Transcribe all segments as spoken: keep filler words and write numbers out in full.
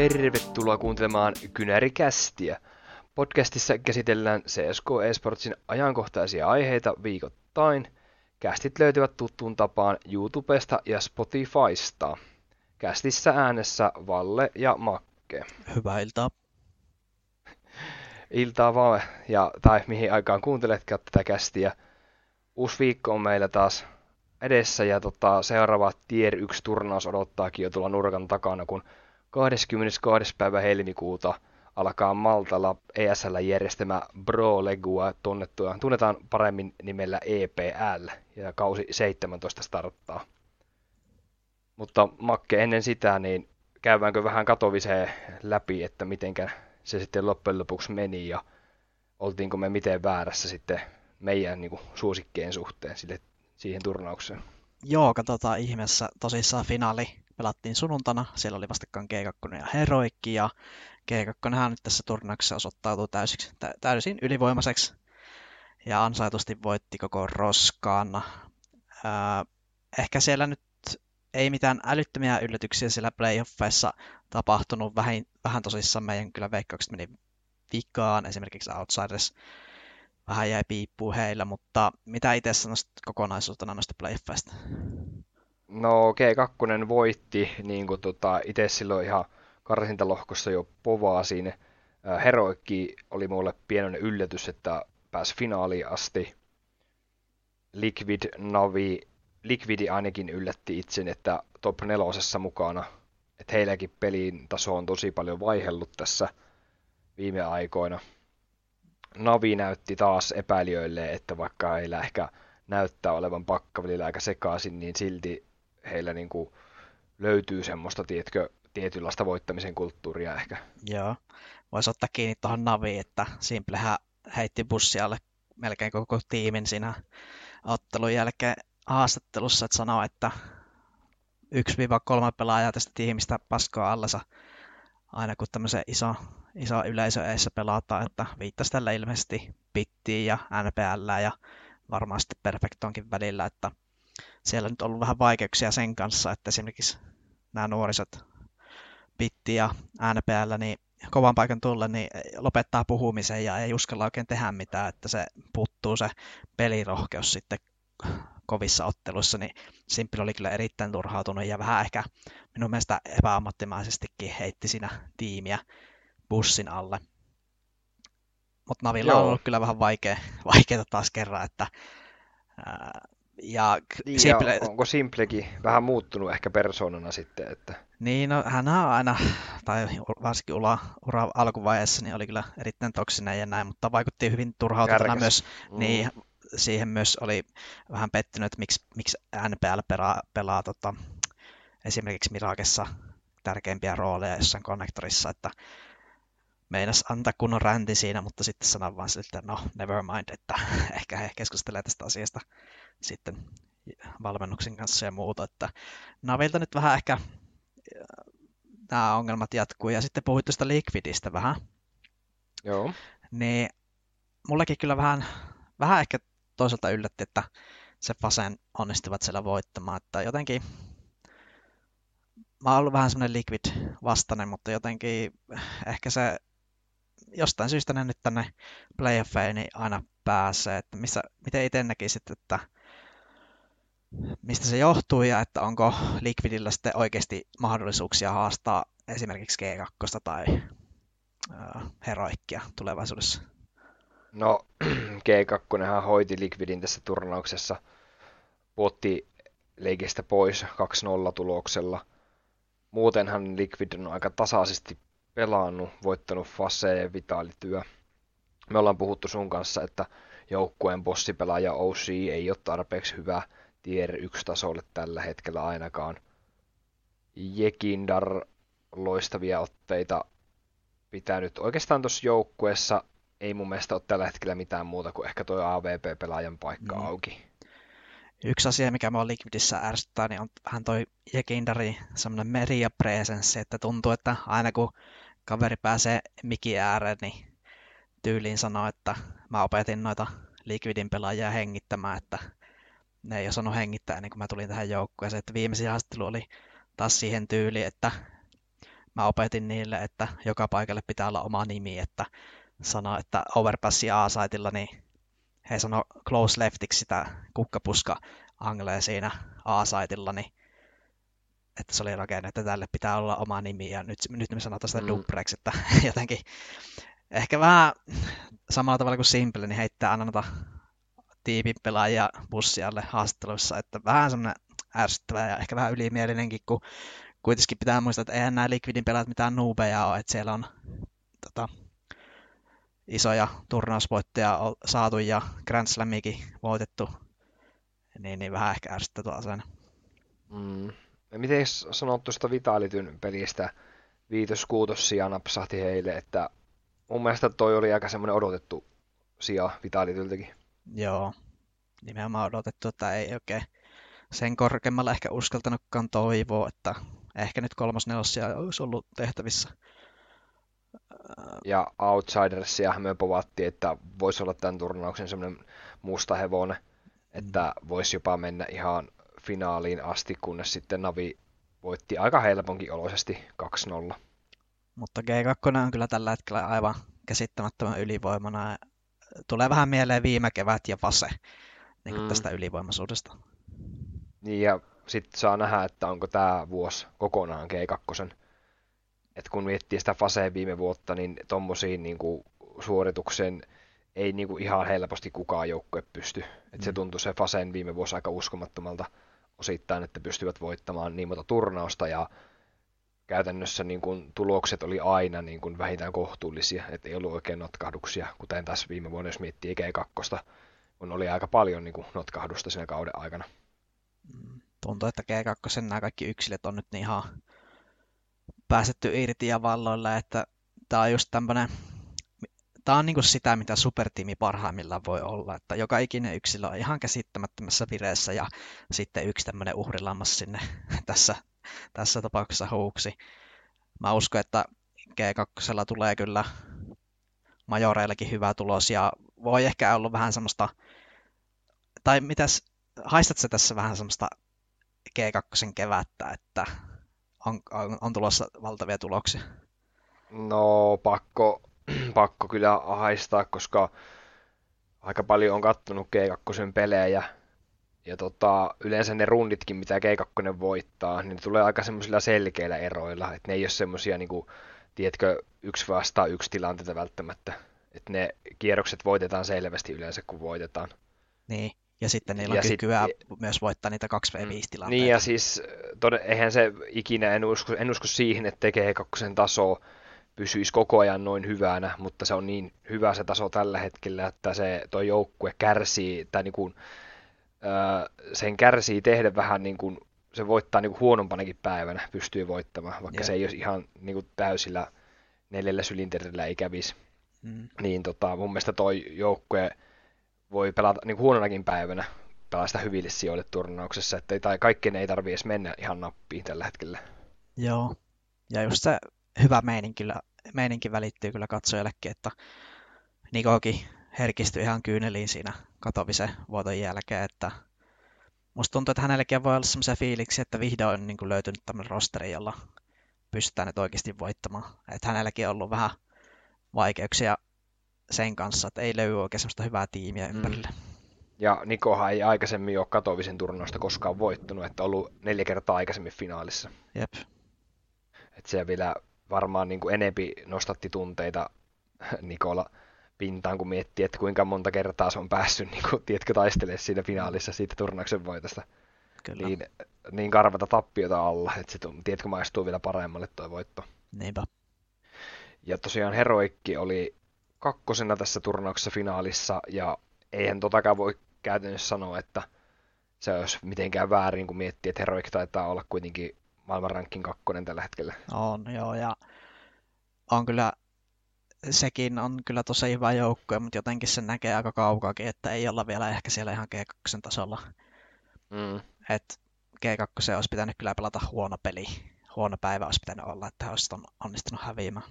Tervetuloa kuuntelemaan Kynärikästiä. Podcastissa käsitellään C S G O eSportsin ajankohtaisia aiheita viikoittain. Kästit löytyvät tuttuun tapaan YouTubesta ja Spotifysta. Kästissä äänessä Valle ja Makke. Hyvää iltaa. Iltaa vaan, ja, tai mihin aikaan kuunteletkaan tätä kästiä. Uusi viikko on meillä taas edessä, ja tota, seuraava Tier yksi turnaus odottaakin jo tuolla nurkan takana, kun kahdeskymmenestoinen päivä helmikuuta alkaa Maltalla E S L järjestämä Pro Legua, tunnettua, tunnetaan paremmin nimellä E P L, ja kausi seitsemäntoista starttaa. Mutta Makke, ennen sitä, niin käydäänkö vähän Katowiseen läpi, että mitenkä se sitten loppujen lopuksi meni, ja oltiinko me miten väärässä sitten meidän niin kuin, suosikkeen suhteen sille, siihen turnaukseen. Joo, katsotaan ihmeessä. Tosissaan finaali pelattiin sunnuntaina. Siellä oli vastakkain G kaksi ja Heroic, ja G kaksi nyt tässä turnauksessa osoittautuu täysiksi, tä, täysin ylivoimaiseksi ja ansaitusti voitti koko roskaan. Ää, ehkä siellä nyt ei mitään älyttömiä yllätyksiä siellä playoffeissa tapahtunut. Vähän, vähän tosissaan meidän kyllä veikkaukset meni vikaan. Esimerkiksi Outsiders vähän jäi piippuun heillä, mutta mitä itse sanoisit kokonaisuutena noista playoffeista? No G kaksi voitti, niin kuin tota, itse silloin ihan karsintalohkossa jo povasin. Heroikki oli mulle pienoinen yllätys, että pääsi finaaliin asti. Liquid, Navi, Liquidi ainakin yllätti itsen, että top nelosessa mukana. Että heilläkin pelin taso on tosi paljon vaihellut tässä viime aikoina. Navi näytti taas epäilijöille, että vaikka heillä ehkä näyttää olevan pakkavälillä aika sekaisin, niin silti heillä niin kuin löytyy semmoista, tiedätkö, tietynlaista voittamisen kulttuuria ehkä. Joo, voisi ottaa kiinni tuohon Naviin, että Simplehän heitti bussialle melkein koko tiimin siinä ottelun jälkeen haastattelussa, että sanoo, että yksi kolme pelaajaa tästä tiimistä paskoo allensa aina kun tämmöisen iso, iso yleisö eessä pelataan, että viittasi tällä ilmeisesti Pittiin ja N P L ja varmaan sitten Perfectonkin välillä, että siellä on nyt ollut vähän vaikeuksia sen kanssa, että esimerkiksi nämä nuorisot Pitti ja N P L, niin kovan paikan tulla, niin lopettaa puhumisen ja ei uskalla oikein tehdä mitään, että se puuttuu se pelirohkeus sitten kovissa otteluissa, niin Simple oli kyllä erittäin turhautunut ja vähän ehkä minun mielestä epäammattimaisestikin heitti siinä tiimiä bussin alle. Mutta Navilla on ollut kyllä vähän vaikea, vaikeaa taas kerran, että ää, ja, niin, Simple, ja onko Simplekin vähän muuttunut ehkä persoonana sitten, että niin, no hän on aina, tai varsinkin ura, ura alkuvaiheessa, niin oli kyllä erittäin toksinen ja näin, mutta vaikutti hyvin turhautuneena myös, mm. niin siihen myös oli vähän pettynyt, että miksi, miksi N P L pelaa, pelaa tota, esimerkiksi Mirakessa tärkeimpiä rooleja jossain konnektorissa, että meinas antaa kunnon ränti siinä, mutta sitten sanon vaan siltä, että no, never mind, että ehkä he keskustelee tästä asiasta sitten valmennuksen kanssa ja muuta, että Navilta nyt vähän ehkä nämä ongelmat jatkuu, ja sitten puhuit tuosta Liquidistä vähän. Joo. Niin mullekin kyllä vähän, vähän ehkä toisaalta yllätti, että se Fasen onnistuvat siellä voittamaan, että jotenkin mä oon ollut vähän semmoinen Liquid-vastainen, mutta jotenkin ehkä se jostain syystä ne nyt tänne playoffeihin niin aina pääsee, että missä, miten itse näkisit, että mistä se johtuu ja että onko Liquidillä sitten oikeasti mahdollisuuksia haastaa esimerkiksi G kaksi tai äh, Heroicia tulevaisuudessa? No G kaksi hoiti Liquidin tässä turnauksessa, puotti leikistä pois kaksi nolla tuloksella. Muutenhan Liquid on aika tasaisesti pelannut, voittanut Faceen ja Vitalityö. Me ollaan puhuttu sun kanssa, että joukkueen bossipelaaja O C ei ole tarpeeksi hyvä Tier yksi tasolle tällä hetkellä ainakaan. Jekindar loistavia otteita pitänyt. Oikeastaan tuossa joukkueessa ei mun mielestä ole tällä hetkellä mitään muuta kuin ehkä toi A V P-pelaajan paikka mm. auki. Yksi asia, mikä mua Liquidissä ärsyttää, niin on vähän toi Jekindari semmoinen media-presenssi, että tuntuu, että aina kun kaveri pääsee mikin ääreen, niin tyyliin sanoo, että mä opetin noita Liquidin pelaajia hengittämään, että ne ei osannut hengittää ennen kuin mä tulin tähän joukkueeseen. Että viimeisin haastattelu oli taas siihen tyyliin, että mä opetin niille, että joka paikalle pitää olla oma nimi, että sanoo, että overpassi A-saitilla, niin he sanoo close leftiksi sitä kukkapuska anglee siinä A-saitilla, niin että se oli rakenne, että tälle pitää olla oma nimi, ja nyt, nyt me sanotaan sitä Mm. dubreksi, että jotenkin ehkä vähän samalla tavalla kuin Simple, niin heittää aina noita tiimin pelaajia bussialle haastatteluissa, että vähän semmoinen ärsyttävä ja ehkä vähän ylimielinenkin, kun kuitenkin pitää muistaa, että eihän nämä Liquidin pelaajat mitään noobeja ole, että siellä on tota, isoja turnausvoittoja saatu ja Grand Slamikin voitettu, niin, niin vähän ehkä ärsyttää tuo asenne. Mm. Miten sanot tuosta Vitalityn pelistä viitos-kuutos sija napsahti heille, että mun mielestä toi oli aika semmoinen odotettu sija Vitalityltäkin. Joo, nimenomaan odotettu, että ei oikein sen korkeammalla ehkä uskaltanutkaan toivoa, että ehkä nyt kolmos-nelosia olisi ollut tehtävissä. Ja Outsidersia me povattiin, että voisi olla tämän turnauksen semmoinen musta hevonen, että voisi jopa mennä ihan finaaliin asti, kunnes sitten Navi voitti aika helponkin oloisesti kaksi nolla. Mutta G kaksi on kyllä tällä hetkellä aivan käsittämättömän ylivoimana. Tulee vähän mieleen viime kevät ja Vase niin kuin Mm. tästä ylivoimaisuudesta. Niin ja sitten saa nähdä, että onko tämä vuosi kokonaan G kaksi. Et kun miettii sitä Faseen viime vuotta, niin tommosiin niinku suorituksen ei niinku ihan helposti kukaan joukkue pysty. Et Mm. se tuntui se Faseen viime vuosi aika uskomattomalta osittain, että pystyvät voittamaan niin monta turnausta ja käytännössä niin kuin tulokset oli aina niin kuin vähintään kohtuullisia, että ei ollut oikein notkahduksia, kuten tässä viime vuonna, jos miettii G kaksi, kun oli aika paljon niin kuin notkahdusta siinä kauden aikana. Mm. Tuntuu, että G kaksi nämä kaikki yksilöt on nyt niin ihan päästetty irti ja valloilla, että tämä on just tämmöinen, tämä on niin kuin sitä, mitä supertiimi parhaimmillaan voi olla, että joka ikinen yksilö on ihan käsittämättömässä vireessä ja sitten yksi tämmöinen uhrilammas sinne tässä, tässä tapauksessa huuksi. Mä uskon, että G kaksi tulee kyllä majoreillakin hyvä tulos ja voi ehkä olla vähän semmoista, tai mitäs, haistatko tässä vähän semmoista G kaksi kevättä, että on, on, on tulossa valtavia tuloksia? No pakko, pakko kyllä haistaa, koska aika paljon on kattonut G kaksi pelejä ja tota, yleensä ne runditkin, mitä G kaksi voittaa, niin ne tulee aika semmoisilla selkeillä eroilla, että ne ei ole semmoisia niinku, tiedätkö, yksi vastaan yksi tilanteita välttämättä. Että ne kierrokset voitetaan selvästi yleensä, kun voitetaan. Niin, ja sitten niillä on Ja kykyä sit- myös voittaa niitä kaksi vastaan viisi tilanteita. Niin ja siis tod- eihän se ikinä, en usko, en usko siihen, että G kaksi taso pysyisi koko ajan noin hyvänä, mutta se on niin hyvä se taso tällä hetkellä, että se toi joukkue kärsii, tai niin kuin, öö, sen kärsii tehdä vähän niin kuin, se voittaa niin kuin huonompanakin päivänä, pystyy voittamaan, vaikka Jep. se ei olisi ihan niin kuin täysillä neljällä sylinterillä ei kävisi. Mm. Niin tota, mun mielestä toi joukkue voi pelata niin kuin huononakin päivänä, pelata hyville sijoille turnauksessa, että ei, tai kaikkien ei tarvitse edes mennä ihan nappiin tällä hetkellä. Joo, ja just se hyvä meininki, meininki välittyy kyllä katsojallekin, että Nikokin herkistyi ihan kyyneliin siinä Katowicen vuoton jälkeen, että musta tuntuu, että hänelläkin voi olla semmoisia fiiliksiä, että vihdoin on niin kuin löytynyt tämmöinen rosteri, jolla pystytään nyt oikeasti voittamaan. Että hänelläkin on ollut vähän vaikeuksia sen kanssa, että ei löydy oikein semmoista hyvää tiimiä ympärille. Mm. Ja Nikohan ei aikaisemmin ole Katowicen turnausta koskaan voittanut, että on ollut neljä kertaa aikaisemmin finaalissa. Jep. Että se vielä varmaan niin kuin enempi nostatti tunteita Nikola pintaan, kun miettii, että kuinka monta kertaa se on päässyt niin kuin, tiedätkö, taistelemaan siinä finaalissa siitä turnauksen voitosta. Kyllä. Niin, niin karvata tappiota alla, että se, tiedätkö, maistuu vielä paremmalle tuo voitto. Niinpä. Ja tosiaan Heroikki oli kakkosena tässä turnauksessa finaalissa, ja eihän totakaan voi käytännössä sanoa, että se olisi mitenkään väärin, kun miettii, että Heroic taitaa olla kuitenkin maailman rankin kakkonen tällä hetkellä. On, joo, ja on kyllä, sekin on kyllä tosi hyvä joukkue, mutta jotenkin se näkee aika kaukaakin, että ei olla vielä ehkä siellä ihan G kaksi tasolla. Mm. Et G kaksi olisi pitänyt kyllä pelata huono peli, huono päivä olisi pitänyt olla, että he olisivat onnistunut häviämään.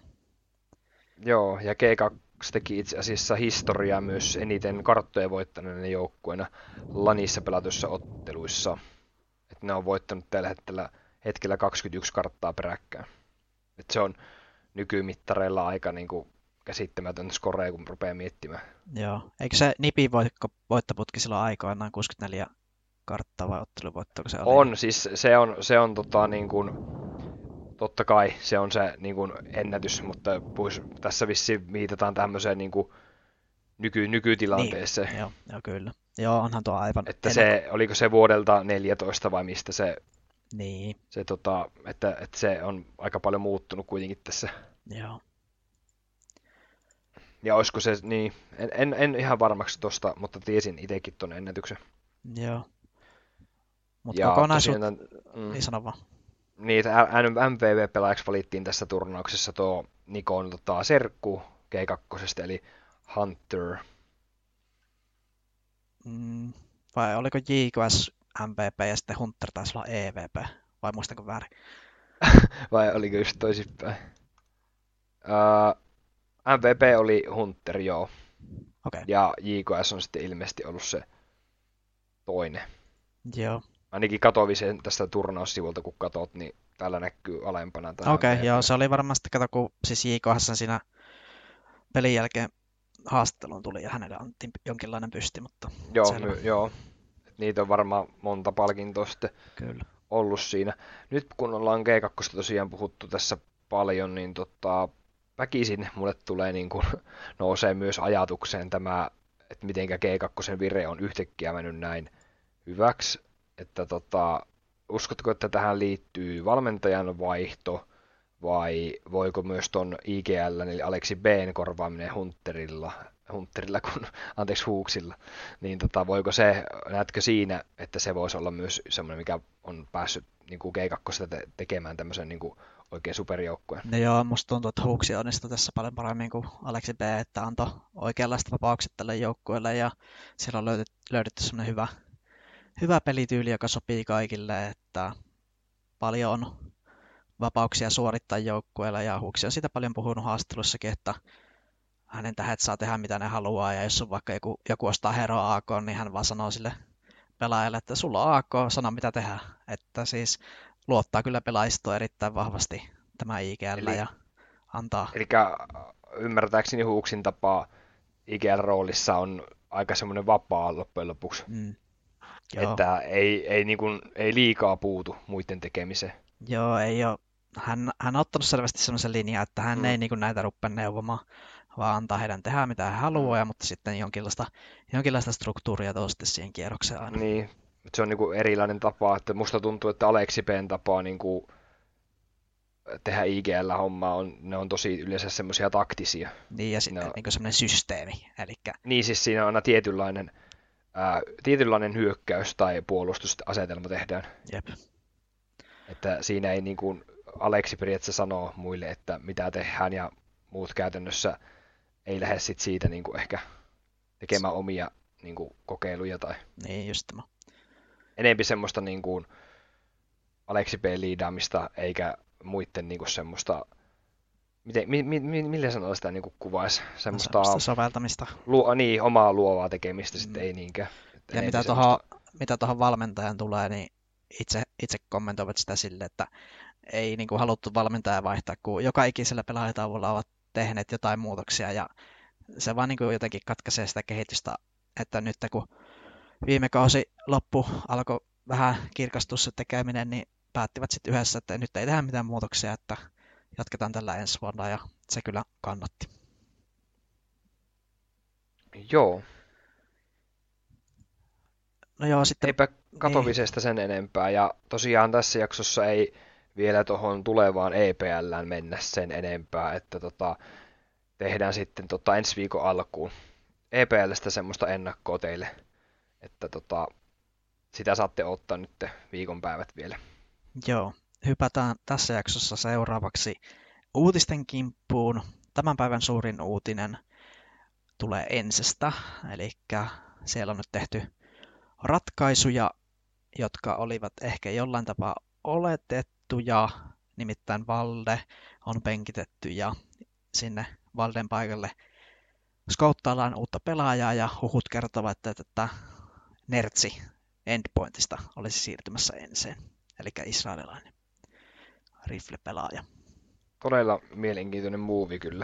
Joo, ja G kaksi teki itse asiassa historiaa myös eniten karttoja voittaneena joukkueena Lanissa pelatuissa otteluissa. Et ne on voittanut tällä hetkellä, hetkellä kaksikymmentäyksi karttaa peräkkäin. Et se on nykymittareilla aika niin kuin käsittämätön score, kun rupeaa miettimään. Joo. Eikö se Nipin voitto, voittoputki silloin aikoinaan kuusikymmentäneljä karttaa vai otteluvoittoa, se oli? On, siis se on, se on tota, niin kuin, totta kai se on se niin kuin ennätys, mutta puis, tässä vissiin viitataan tämmöiseen niin kuin nyky, Niin, nykytilanteeseen. joo, joo kyllä. Joo, onhan tuo aivan Että ennakko. se, oliko se vuodelta neljätoista vai mistä se, Niin, se tota, että, että se on aika paljon muuttunut kuitenkin tässä. joo. Ja olisiko se, niin, en, en, en ihan varmaksi tosta, mutta tiesin itsekin ton ennätyksen. Joo. Mutta Ja kokonaisuus... tosiaan, mm, Niin sano vaan. niitä M V P-pelaajaksi valittiin tässä turnauksessa tuo Nikon tota, serkku G kaksi, eli Hunter. Mm, vai oliko J K S M V P ja sitten Hunter taisi olla E V P? Vai muistanko väärin? Vai oliko just toisinpäin? Uh, M V P oli Hunter, joo. Okei, Ja J K S on sitten ilmeisesti ollut se toinen. joo. Ainakin Katowicen tästä turnaussivulta, kun katot, niin täällä näkyy alempana tämä Okei, M V P. joo, se oli varmasti, kato, kun siis J K S siinä pelin jälkeen haastatteluun tuli ja hänelle annettiin jonkinlainen pysti, mutta Joo, selvä. my, joo. Niitä on varmaan monta palkintoa sitten Kyllä. ollut siinä. Nyt kun ollaan G kaksi tosiaan puhuttu tässä paljon, niin tota, väkisin mulle tulee niin kuin, nousee myös ajatukseen tämä, että mitenkä G kaksi vire on yhtäkkiä mennyt näin hyväksi. Että tota, uskotko, että tähän liittyy valmentajan vaihto vai voiko myös ton I G L, eli Aleksi B:n korvaaminen Hunterilla, Hunterilla kun, anteeksi Huuksilla, niin tota, voiko se, näetkö siinä, että se voisi olla myös semmoinen, mikä on päässyt niin kuin G kaksi te- tekemään tämmöisen niin kuin oikein superjoukkueen? No joo, musta tuntuu, että Huuksi onnistui tässä paljon paremmin kuin Aleksi B, että antoi oikeanlaista vapaukset tälle joukkueelle ja siellä on löydetty, löydetty semmoinen hyvä, hyvä pelityyli, joka sopii kaikille, että paljon on vapauksia suorittaa joukkueella ja Huuksi on siitä paljon puhunut haastattelussakin, että hänen tähdet saa tehdä mitä ne haluaa ja jos on vaikka joku, joku ostaa Hero A K, niin hän vaan sanoo sille pelaajalle, että sulla on A K, sano mitä tehdään. Että siis luottaa kyllä pelaajistoon erittäin vahvasti tämä I G L Eli, ja antaa. eli ymmärtääkseni Huuksin tapaa I G L-roolissa on aika semmoinen vapaa loppujen lopuksi, Mm, joo, että ei, ei, niin kuin, ei liikaa puutu muiden tekemiseen. joo, ei ole. Hän, hän on ottanut selvästi sellaisen linjan, että hän Mm. ei niin kuin näitä rupea neuvomaan, vaan antaa heidän tehdä mitä he haluaa, ja, mutta sitten jonkinlaista, jonkinlaista struktuuria tuo sitten siihen kierrokseen aina. Niin, se on niinku erilainen tapa, että musta tuntuu, että Aleksi B:n tapa niinku tehdä I G L-hommaa on, ne on tosi yleensä semmoisia taktisia. Niin, ja sitten No, niin kuin semmoinen systeemi, eli niin siis siinä on aina tietynlainen, ää, tietynlainen hyökkäys tai puolustusasetelma tehdään. jep, Että siinä ei niinku Aleksi periaatteessa sanoo muille, että mitä tehdään ja muut käytännössä ei lähde sit siitä niinku ehkä tekemään omia niinku kokeiluja tai niin just tämä. enempi semmoista niinku Aleksi B liidaamista eikä muiden niinku semmoista, miten, mi, mi, mi- millä sanoilla sitä niinku kuvaisi, semmoista Semmoista soveltamista. luo, niin, omaa luovaa tekemistä Mm. sitten ei niinkään. Että Ja enempi mitä semmoista- tuohon mitä tuohon valmentajan tulee, niin itse, itse kommentoivat sitä sille, että ei niin kuin haluttu valmentajaa vaihtaa, kun joka ikisellä pelaajatauolla ovat tehneet jotain muutoksia ja se vaan niin kuin jotenkin katkaisee sitä kehitystä, että nyt kun viime kausi loppu alkoi vähän kirkastua se tekeminen, niin päättivät sitten yhdessä, että nyt ei tehdä mitään muutoksia, että jatketaan tällä ensi vuonna ja se kyllä kannatti. Joo, No joo, sitten eipä niin, Katowicestä sen enempää. Ja tosiaan tässä jaksossa ei vielä tuohon tulevaan E P L:ään mennä sen enempää, että tota, tehdään sitten tota ensi viikon alkuun E P L:stä semmoista ennakkoa teille, että tota, sitä saatte ottaa nyt viikonpäivät vielä. joo, hypätään tässä jaksossa seuraavaksi uutisten kimppuun. Tämän päivän suurin uutinen tulee Ensestä, eli siellä on nyt tehty ratkaisuja, jotka olivat ehkä jollain tapaa oletettuja, nimittäin Valde on penkitetty ja sinne Valden paikalle skouttaillaan uutta pelaajaa ja huhut kertovat, että tätä Nertsi Endpointista olisi siirtymässä Enseen, eli israelilainen rifle-pelaaja. todella mielenkiintoinen muuvi kyllä.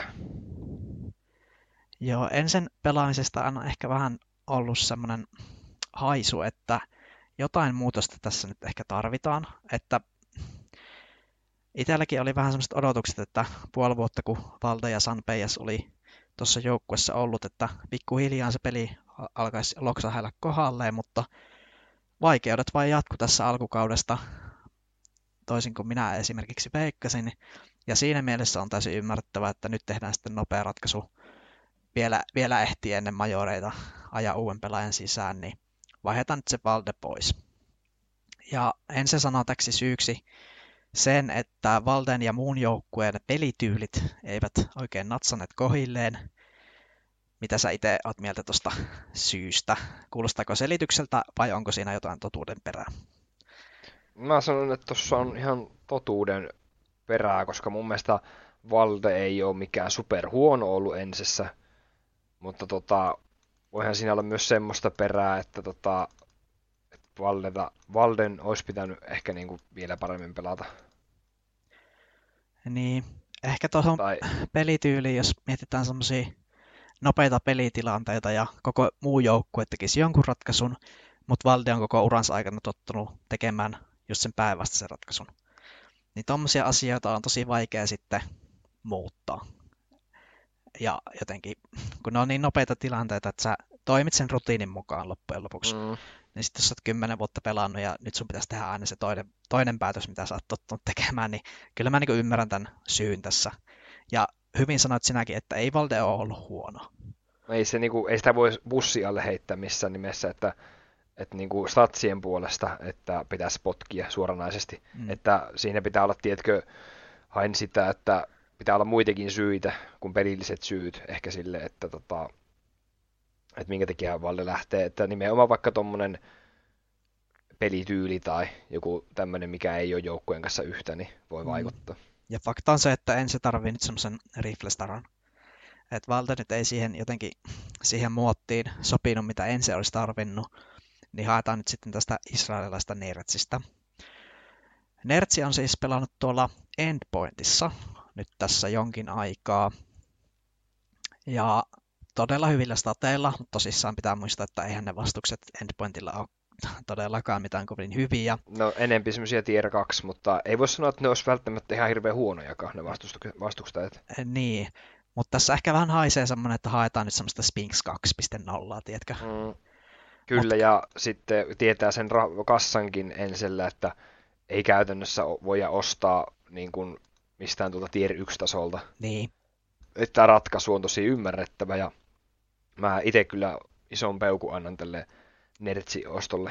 Joo, ensin pelaamisesta on ehkä vähän ollut semmoinen haisu, että jotain muutosta tässä nyt ehkä tarvitaan. Että itselläkin oli vähän semmoiset odotukset, että puoli vuotta kun Valde ja San Peijas oli tuossa joukkuessa ollut, että pikkuhiljaa se peli alkaisi loksahella kohdalleen, mutta vaikeudet vain jatku tässä alkukaudesta, toisin kuin minä esimerkiksi veikkasin. Ja siinä mielessä on täysin ymmärrettävää, että nyt tehdään sitten nopea ratkaisu. Vielä, vielä ehtii ennen majoreita ajaa uuden pelaajan sisään, niin vaihdetaan nyt se Valde pois. Ja ensin sanoo täksi syyksi sen, että Valden ja muun joukkueen pelityylit eivät oikein natsaneet kohilleen. Mitä sä itse oot mieltä tuosta syystä? Kuulostaako selitykseltä vai onko siinä jotain totuuden perää? Mä sanon, että tuossa on ihan totuuden perää, koska mun mielestä Valde ei ole mikään superhuono ollut ensessä, mutta tota, voihan siinä olla myös semmoista perää, että tota, että Valdeta, Valden olisi pitänyt ehkä niinku vielä paremmin pelata. Niin, ehkä tuohon Tai, pelityyliin, jos mietitään semmoisia nopeita pelitilanteita ja koko muu joukkue tekisi jonkun ratkaisun, mutta Valde on koko uransa aikana tottunut tekemään just sen päinvastaisen ratkaisun. Niin tommosia asioita on tosi vaikea sitten muuttaa. Ja jotenkin, kun ne on niin nopeita tilanteita, että sä toimit sen rutiinin mukaan loppujen lopuksi, mm, niin sitten jos sä oot kymmenen vuotta pelannut ja nyt sun pitäisi tehdä aina se toinen, toinen päätös, mitä sä oot tottunut tekemään, niin kyllä mä niin ymmärrän tämän syyn tässä. Ja hyvin sanoit sinäkin, että ei Valde ole ollut huono. ei, se niinku, ei sitä voi bussi alle heittää missään nimessä, että, että niinku statsien puolesta, että pitäisi potkia suoranaisesti. Mm. Että siinä pitää olla, tiedätkö, hain sitä, että pitää olla muitakin syitä kuin pelilliset syyt ehkä sille, että, tota, että minkä takia Valde lähtee. Että nimenomaan vaikka tommonen pelityyli tai joku tämmöinen, mikä ei ole joukkueen kanssa yhtä, niin voi Mm. vaikuttaa. Ja fakta on se, että ensin tarvii nyt semmoisen riflestaran. Että Valde nyt ei siihen jotenkin siihen muottiin sopinut, mitä ensin olisi tarvinnut, niin haetaan nyt sitten tästä israelilaista Nertsistä. Nertsi on siis pelannut tuolla Endpointissa nyt tässä jonkin aikaa. Ja todella hyvillä stateilla, mutta tosissaan pitää muistaa, että eihän ne vastukset Endpointilla ole todellakaan mitään kovin hyviä. No enempi semmoisia tier kaksi, mutta ei voi sanoa, että ne olisi välttämättä ihan hirveän huonojakaan ne vastustajat. Niin, mutta tässä ehkä vähän haisee semmoinen, että haetaan nyt semmoista Sphinx kaksi piste nolla, tiedätkö? Mm, kyllä, Mut... ja sitten tietää sen ra- kassankin ensellä, että ei käytännössä voida ostaa niin kuin mistään tuolta tier yksi tasolta. Niin. Että tämä ratkaisu on tosi ymmärrettävä, ja mä itse kyllä ison peukun annan tälle Nertsi-ostolle.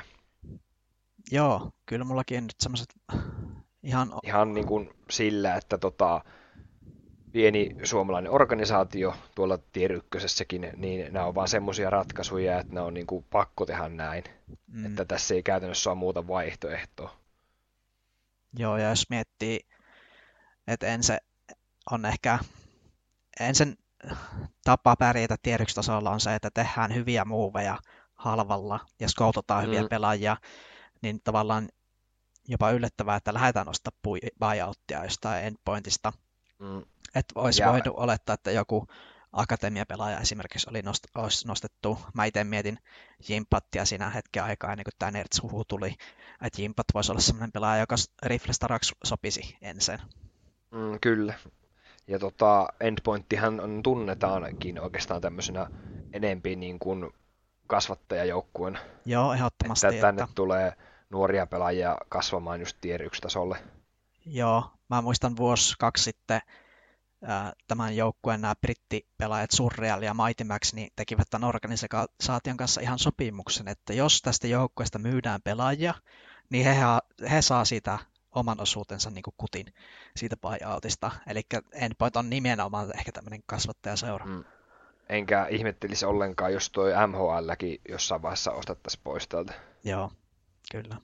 Joo, kyllä mullakin nyt semmoiset ihan... Ihan niin kuin sillä, että tota, pieni suomalainen organisaatio tuolla tier ykkösessäkin, niin nämä on vaan semmoisia ratkaisuja, että ne on niin kuin pakko tehdä näin. Mm. Että tässä ei käytännössä ole muuta vaihtoehtoa. Joo, ja jos miettii, että ensin on ehkä... Ensin tapa pärjätä tier yksi tasolla on se, että tehdään hyviä moveja halvalla ja skoutetaan hyviä mm. pelaajia, niin tavallaan jopa yllättävää, että lähdetään ostaa buyouttia jostain endpointista. Mm. Että olisi ja... voinut olettaa, että joku akatemiapelaaja esimerkiksi oli nost- olisi nostettu. Mä itse mietin Jimpattia siinä hetken aikaa, ennen kuin tämä Nerds-huhu tuli, että Jimpat voisi olla sellainen pelaaja, joka Riflestaraksi sopisi ensin. Mm, kyllä. Ja tota, Endpointtihan on, tunnetaankin oikeastaan tämmöisenä enempi niin kuin kasvattajajoukkueen. Joo, ehdottomasti. Että tänne että... tulee nuoria pelaajia kasvamaan just tier yksi tasolle. Joo, mä muistan vuosi kaksi sitten äh, tämän joukkueen nämä brittipelaajat Surreal ja Mighty Max niin tekivät tämän organisaation kanssa ihan sopimuksen, että jos tästä joukkueesta myydään pelaajia, niin he, he saa siitä oman osuutensa niin kuin kutin siitä buyoutista. Eli Endpoint on nimenomaan ehkä tämmöinen kasvattajaseura. Mm. Enkä ihmettelisi ollenkaan, jos toi M H L:kin jossain vaiheessa ostettaisiin pois täältä. Joo, kyllä.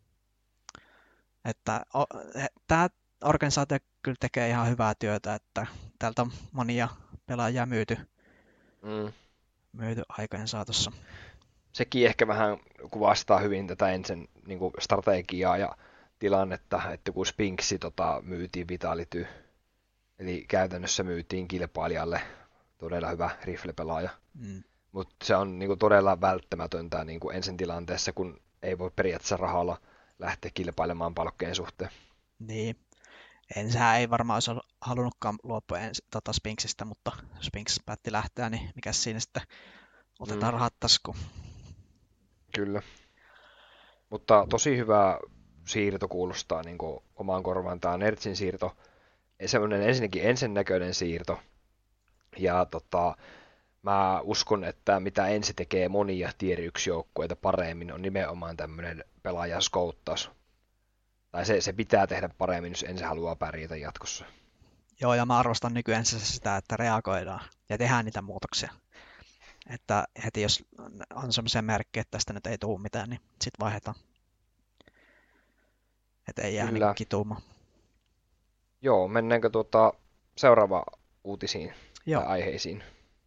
Että tämä organisaatio kyllä tekee ihan hyvää työtä, että täältä on monia pelaajia myyty, mm. myyty aikojen saatossa. Sekin ehkä vähän kuvastaa hyvin tätä ensin niin kuin strategiaa ja tilannetta, että kun Spinksi tota, myytiin Vitality Eli käytännössä myytiin kilpailijalle todella hyvä riflepelaaja. Mm. Mutta se on niinku todella välttämätöntä niinku ensin tilanteessa, kun ei voi periaatteessa rahalla lähteä kilpailemaan palkkeen suhteen. Niin. Ensähän ei varmaan olisi halunnutkaan luopua ensi, tota Spinksistä, mutta Spinks päätti lähteä, niin mikä siinä sitten otetaan Mm, rahat taskuun. kyllä. Mutta tosi hyvä siirto kuulostaa niinku omaan korvaan. Tämä Nertsin siirto. Semmoinen ensinnäkin ensennäköinen siirto. Ja tota, mä uskon, että mitä ensi tekee monia tier yksi joukkueita paremmin, on nimenomaan tämmöinen pelaajan skouttaus. Tai se, se pitää tehdä paremmin, jos ensin haluaa pärjätä jatkossa. Joo, ja mä arvostan nykyään sitä, että reagoidaan ja tehdään niitä muutoksia. Että heti jos on semmoisia merkkejä, että tästä nyt ei tule mitään, niin sitten vaihdetaan. Että ei jää Kyllä. niin kituumaan. Joo, mennäänkö tuota seuraava uutisiin Joo. tai aiheisiin?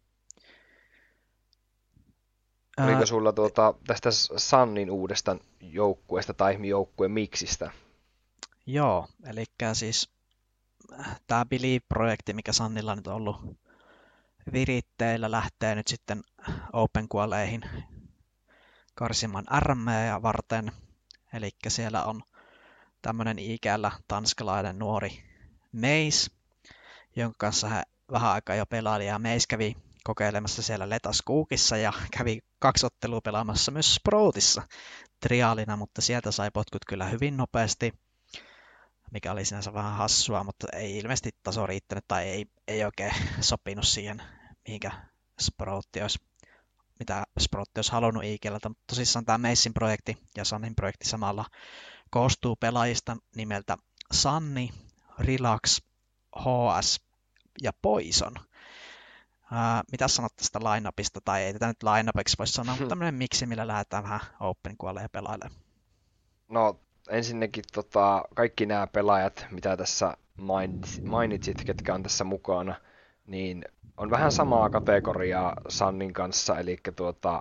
Ää, Oliko sulla tuota, tästä Sunnin uudesta joukkueesta tai joukkueen miksistä? Joo, eli siis tämä Believe-projekti, mikä Sunnilla nyt on ollut viritteillä, lähtee nyt sitten OpenQualeihin karsimaan R M:ää varten. Eli siellä on tämmöinen ikällä tanskalainen nuori Meis, jonka kanssa he vähän aikaa jo pelaili, ja Meis kävi kokeilemassa siellä Letas Cookissa ja kävi kaksi ottelua pelaamassa myös Sproutissa triaalina, mutta sieltä sai potkut kyllä hyvin nopeasti, mikä oli sinänsä vähän hassua, mutta ei ilmeisesti taso riittänyt tai ei, ei oikein sopinut siihen, mihinkä Sproutti olisi, mitä Sproutti olisi halunnut ikeltä. Mutta tosissaan tämä Meisin projekti ja Sunnin projekti samalla koostuu pelaajista nimeltä Sunny, Relax, H S ja Poison. Ää, mitä sanot tästä line-upista, tai ei tätä nyt line-upiksi voi sanoa, mutta tämmöinen miksi, millä lähdetään vähän OpenQualeja pelailemaan. No ensinnäkin tota, kaikki nämä pelaajat, mitä tässä mainitsit, ketkä on tässä mukana, niin on vähän samaa kategoriaa Sunnin kanssa, eli tuota,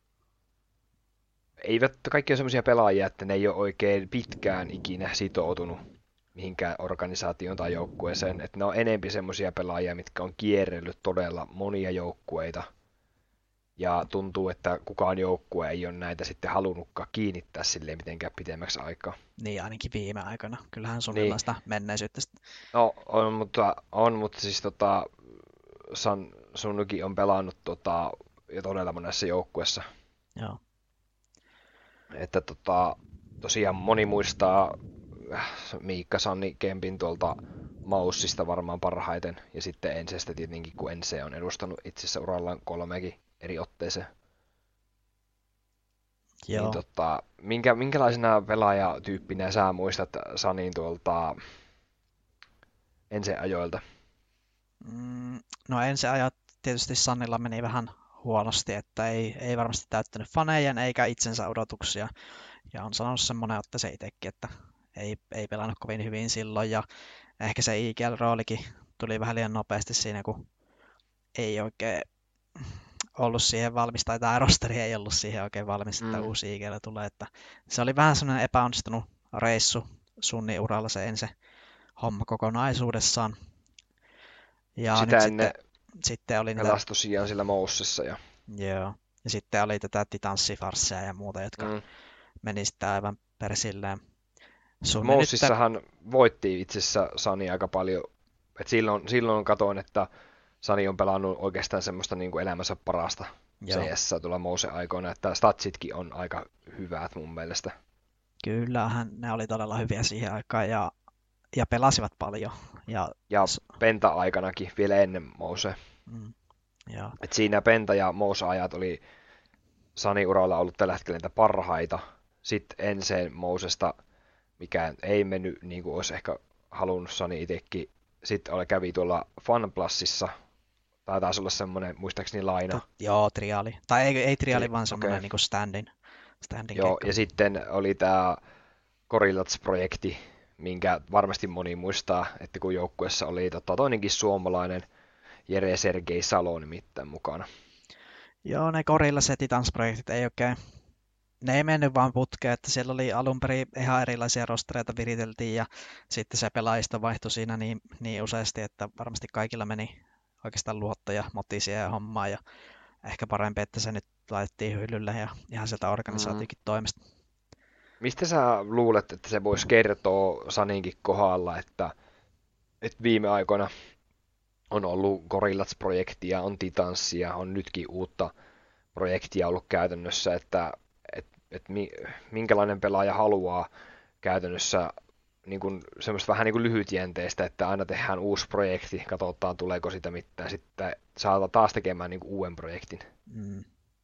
eivät kaikki ole sellaisia pelaajia, että ne ei ole oikein pitkään ikinä sitoutunut mihinkään organisaatioon tai joukkueeseen, että ne on enempi semmoisia pelaajia, mitkä on kierrellyt todella monia joukkueita, ja tuntuu, että kukaan joukkue ei ole näitä sitten halunnutkaan kiinnittää silleen mitenkään pitemmäksi aikaa. Niin, ainakin viime aikana. Kyllähän sun Niin. sitä menneisyyttä. No, on, mutta, on, mutta siis tota, San, Sunuki on pelannut tota, jo todella monessa joukkueessa. Joo. Että tota, tosiaan moni muistaa äh, Miikka Sanni Kempin tuolta Maussista varmaan parhaiten, ja sitten Ensestä tietenkin, kun Ense on edustanut itse asiassa urallaan kolmekin eri otteeseen. Joo. Niin, tota, minkä, minkälaisena pelaajatyyppinä sä muistat Sanin tuolta Ense-ajoilta? Mm, no ensi ajat tietysti Sannilla meni vähän huonosti, että ei, ei varmasti täyttänyt fanejen eikä itsensä odotuksia. Ja on sanonut semmoinen, että se itsekin, että ei, ei pelannut kovin hyvin silloin. Ja ehkä se I G L-roolikin tuli vähän liian nopeasti siinä, kun ei oikein ollut siihen valmis, tai tämä rosteri ei ollut siihen oikein valmis, että Mm. uusi I G L tulee. Että se oli vähän semmoinen epäonnistunut reissu Sunnin uralla se ensi homma kokonaisuudessaan. Ja Sitä nyt ennen sitten, sitten oli niitä, pelasi tosiaan sillä Moussissa. Ja, joo, ja sitten oli tätä titanssifarsseja ja muuta, jotka mm. meni sitten aivan persilleen. Sunni nyt, Moussissahan voitti itse asiassa Sani aika paljon. Et silloin, silloin katoin, että Sani on pelannut oikeastaan semmoista niin kuin elämänsä parasta joo, C S tuolla Mousen aikoina, että statsitkin on aika hyvät mun mielestä. kyllähän ne oli todella hyviä siihen aikaan ja, ja pelasivat paljon. Ja, Ja s- Penta-aikanakin vielä ennen Mousea. mm, joo, Et siinä Penta- ja Mouse-ajat oli Sani-uralla ollut tällä hetkellä niitä parhaita. Sitten Enseen Mousesta, mikä ei mennyt niin kuin olisi ehkä halunnut Sani itsekin. Sitten oli, kävi tuolla FunPlusissa. Tai taisi olla semmoinen, muistaakseni laina. tot, joo, triaali. Tai ei, ei triaali, Tri- vaan semmoinen okei. niin kuin standin, standin Joo, keikka. ja sitten oli tämä Gorillaz-projekti, minkä varmasti moni muistaa, että kun joukkueessa oli tota, toinenkin suomalainen, Jere Sergei Salo nimittäin mukana. Joo, ne Gorillaz ja Titans-projektit ei oikein, ne ei mennyt vaan putkeen, että siellä oli alun perin ihan erilaisia rostereita viriteltiin ja sitten se pelaajista vaihtui siinä niin, niin useasti, että varmasti kaikilla meni oikeastaan luotto ja moti siihen hommaan ja ehkä parempi, että se nyt laitettiin hyllylle ja ihan sieltä Mm. organisaatiokin toimesta. Mistä sä luulet, että se voisi kertoa Saninkin kohdalla, että, että viime aikoina on ollut Gorillaz-projektia, on Titanssia, on nytkin uutta projektia ollut käytännössä, että et, et minkälainen pelaaja haluaa käytännössä niin kuin, semmoista vähän niin kuin lyhytjänteistä, että aina tehdään uusi projekti, katsotaan tuleeko sitä mitään, sitten saadaan taas tekemään niin kuin uuden projektin. Mm.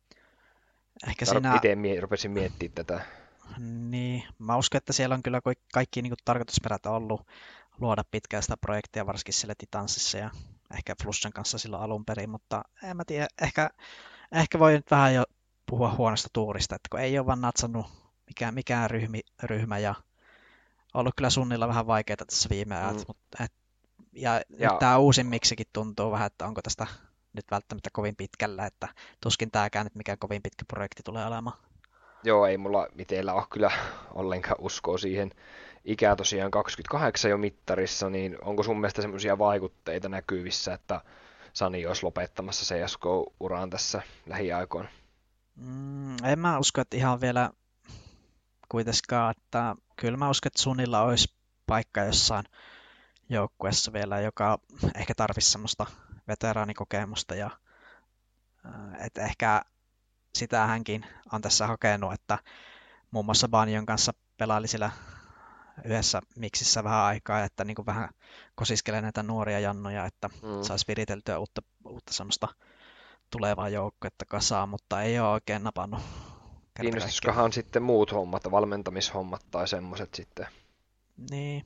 Ehkä Tar- siinä, Itse mie- rupesin miettimään tätä. niin, mä uskon, että siellä on kyllä kaikki niin kuin tarkoitusperät ollut luoda pitkää sitä projektia, varsinkin siellä Titanssissa ja ehkä Flussan kanssa silloin alun perin, mutta en mä tiedä, ehkä, ehkä voi nyt vähän jo puhua huonosta tuurista, että kun ei ole vaan natsannut mikään, mikään ryhmi, ryhmä ja ollut kyllä sunnilla vähän vaikeaa tässä viime ajat, Mm. mutta et, ja, Ja nyt tämä uusin miksikin tuntuu vähän, että onko tästä nyt välttämättä kovin pitkällä, että tuskin tämäkään nyt mikään kovin pitkä projekti tulee olemaan. joo, ei mulla itsellä ole kyllä ollenkaan uskoa siihen. Ikä tosiaan kaksikymmentäkahdeksan jo mittarissa, niin onko sun mielestä semmoisia vaikutteita näkyvissä, että Sani olisi lopettamassa C S G O-uraan tässä lähiaikoina? Mm, en mä usko, että ihan vielä kuitenkaan, että kyllä mä uskon, että Sunilla olisi paikka jossain joukkueessa vielä, joka ehkä tarvitsisi semmoista veteraanikokemusta ja äh, että ehkä sitä hänkin on tässä hakenut, että muun muassa Banjon kanssa pelaili siellä yhdessä miksissä vähän aikaa, että niin kuin vähän kosiskelee näitä nuoria jannoja, että Mm. saisi viriteltyä uutta, uutta semmoista tulevaa joukkuetta kasaan, mutta ei ole oikein napannut kerta kaikkiaan. Kiinnostuskohan sitten muut hommat, valmentamishommat tai semmoiset sitten? Niin,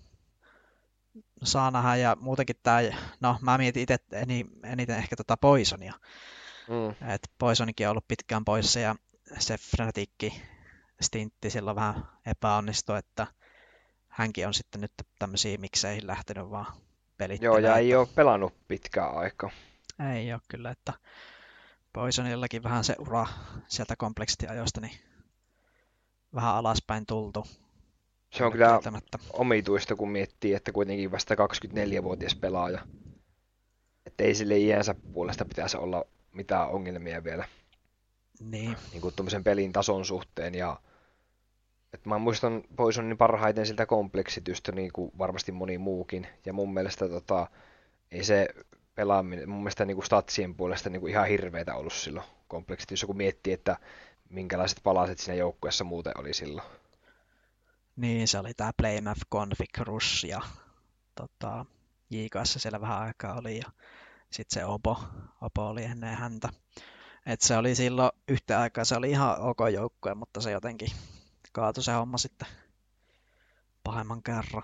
saa nähdä ja muutenkin tämä, no mä mietin itse eniten ehkä tota Poisonia, Mm. että Poisonikin on ollut pitkään poissa ja se Fnaticki stintti silloin vähän epäonnistui, että hänkin on sitten nyt tämmöisiin mikseihin lähtenyt vaan Joo, pelittelemään. ja ei että ole pelannut pitkään aikaa. ei ole kyllä, että Poisonillakin vähän se ura sieltä kompleksitiajoista niin vähän alaspäin tultu. Se on Kyllä kyllä kieltämättä. omituista, kun miettii, että kuitenkin vasta kaksikymmentäneljävuotias pelaaja. Että ei sille iänsä puolesta pitäisi olla mitään ongelmia vielä Niin, niin kuin tuommoisen pelin tason suhteen. Ja, että mä muistan Poisonin parhaiten siltä kompleksitystä, niin kuin varmasti moni muukin. Ja mun mielestä tota, ei se pelaaminen, mun mielestä niin kuin statsien puolesta niin kuin ihan hirveetä ollut silloin kompleksityssä, kun miettii, että minkälaiset palaset siinä joukkueessa muuten oli silloin. niin se oli tää Playmaf Config Rush ja tota, J K S siellä vähän aikaa oli ja sitten se Opo, Opo oli ennen häntä. Et se oli silloin yhtä aikaa, se oli ihan ok joukkue, mutta se jotenkin kaatui se homma sitten pahemman kerran.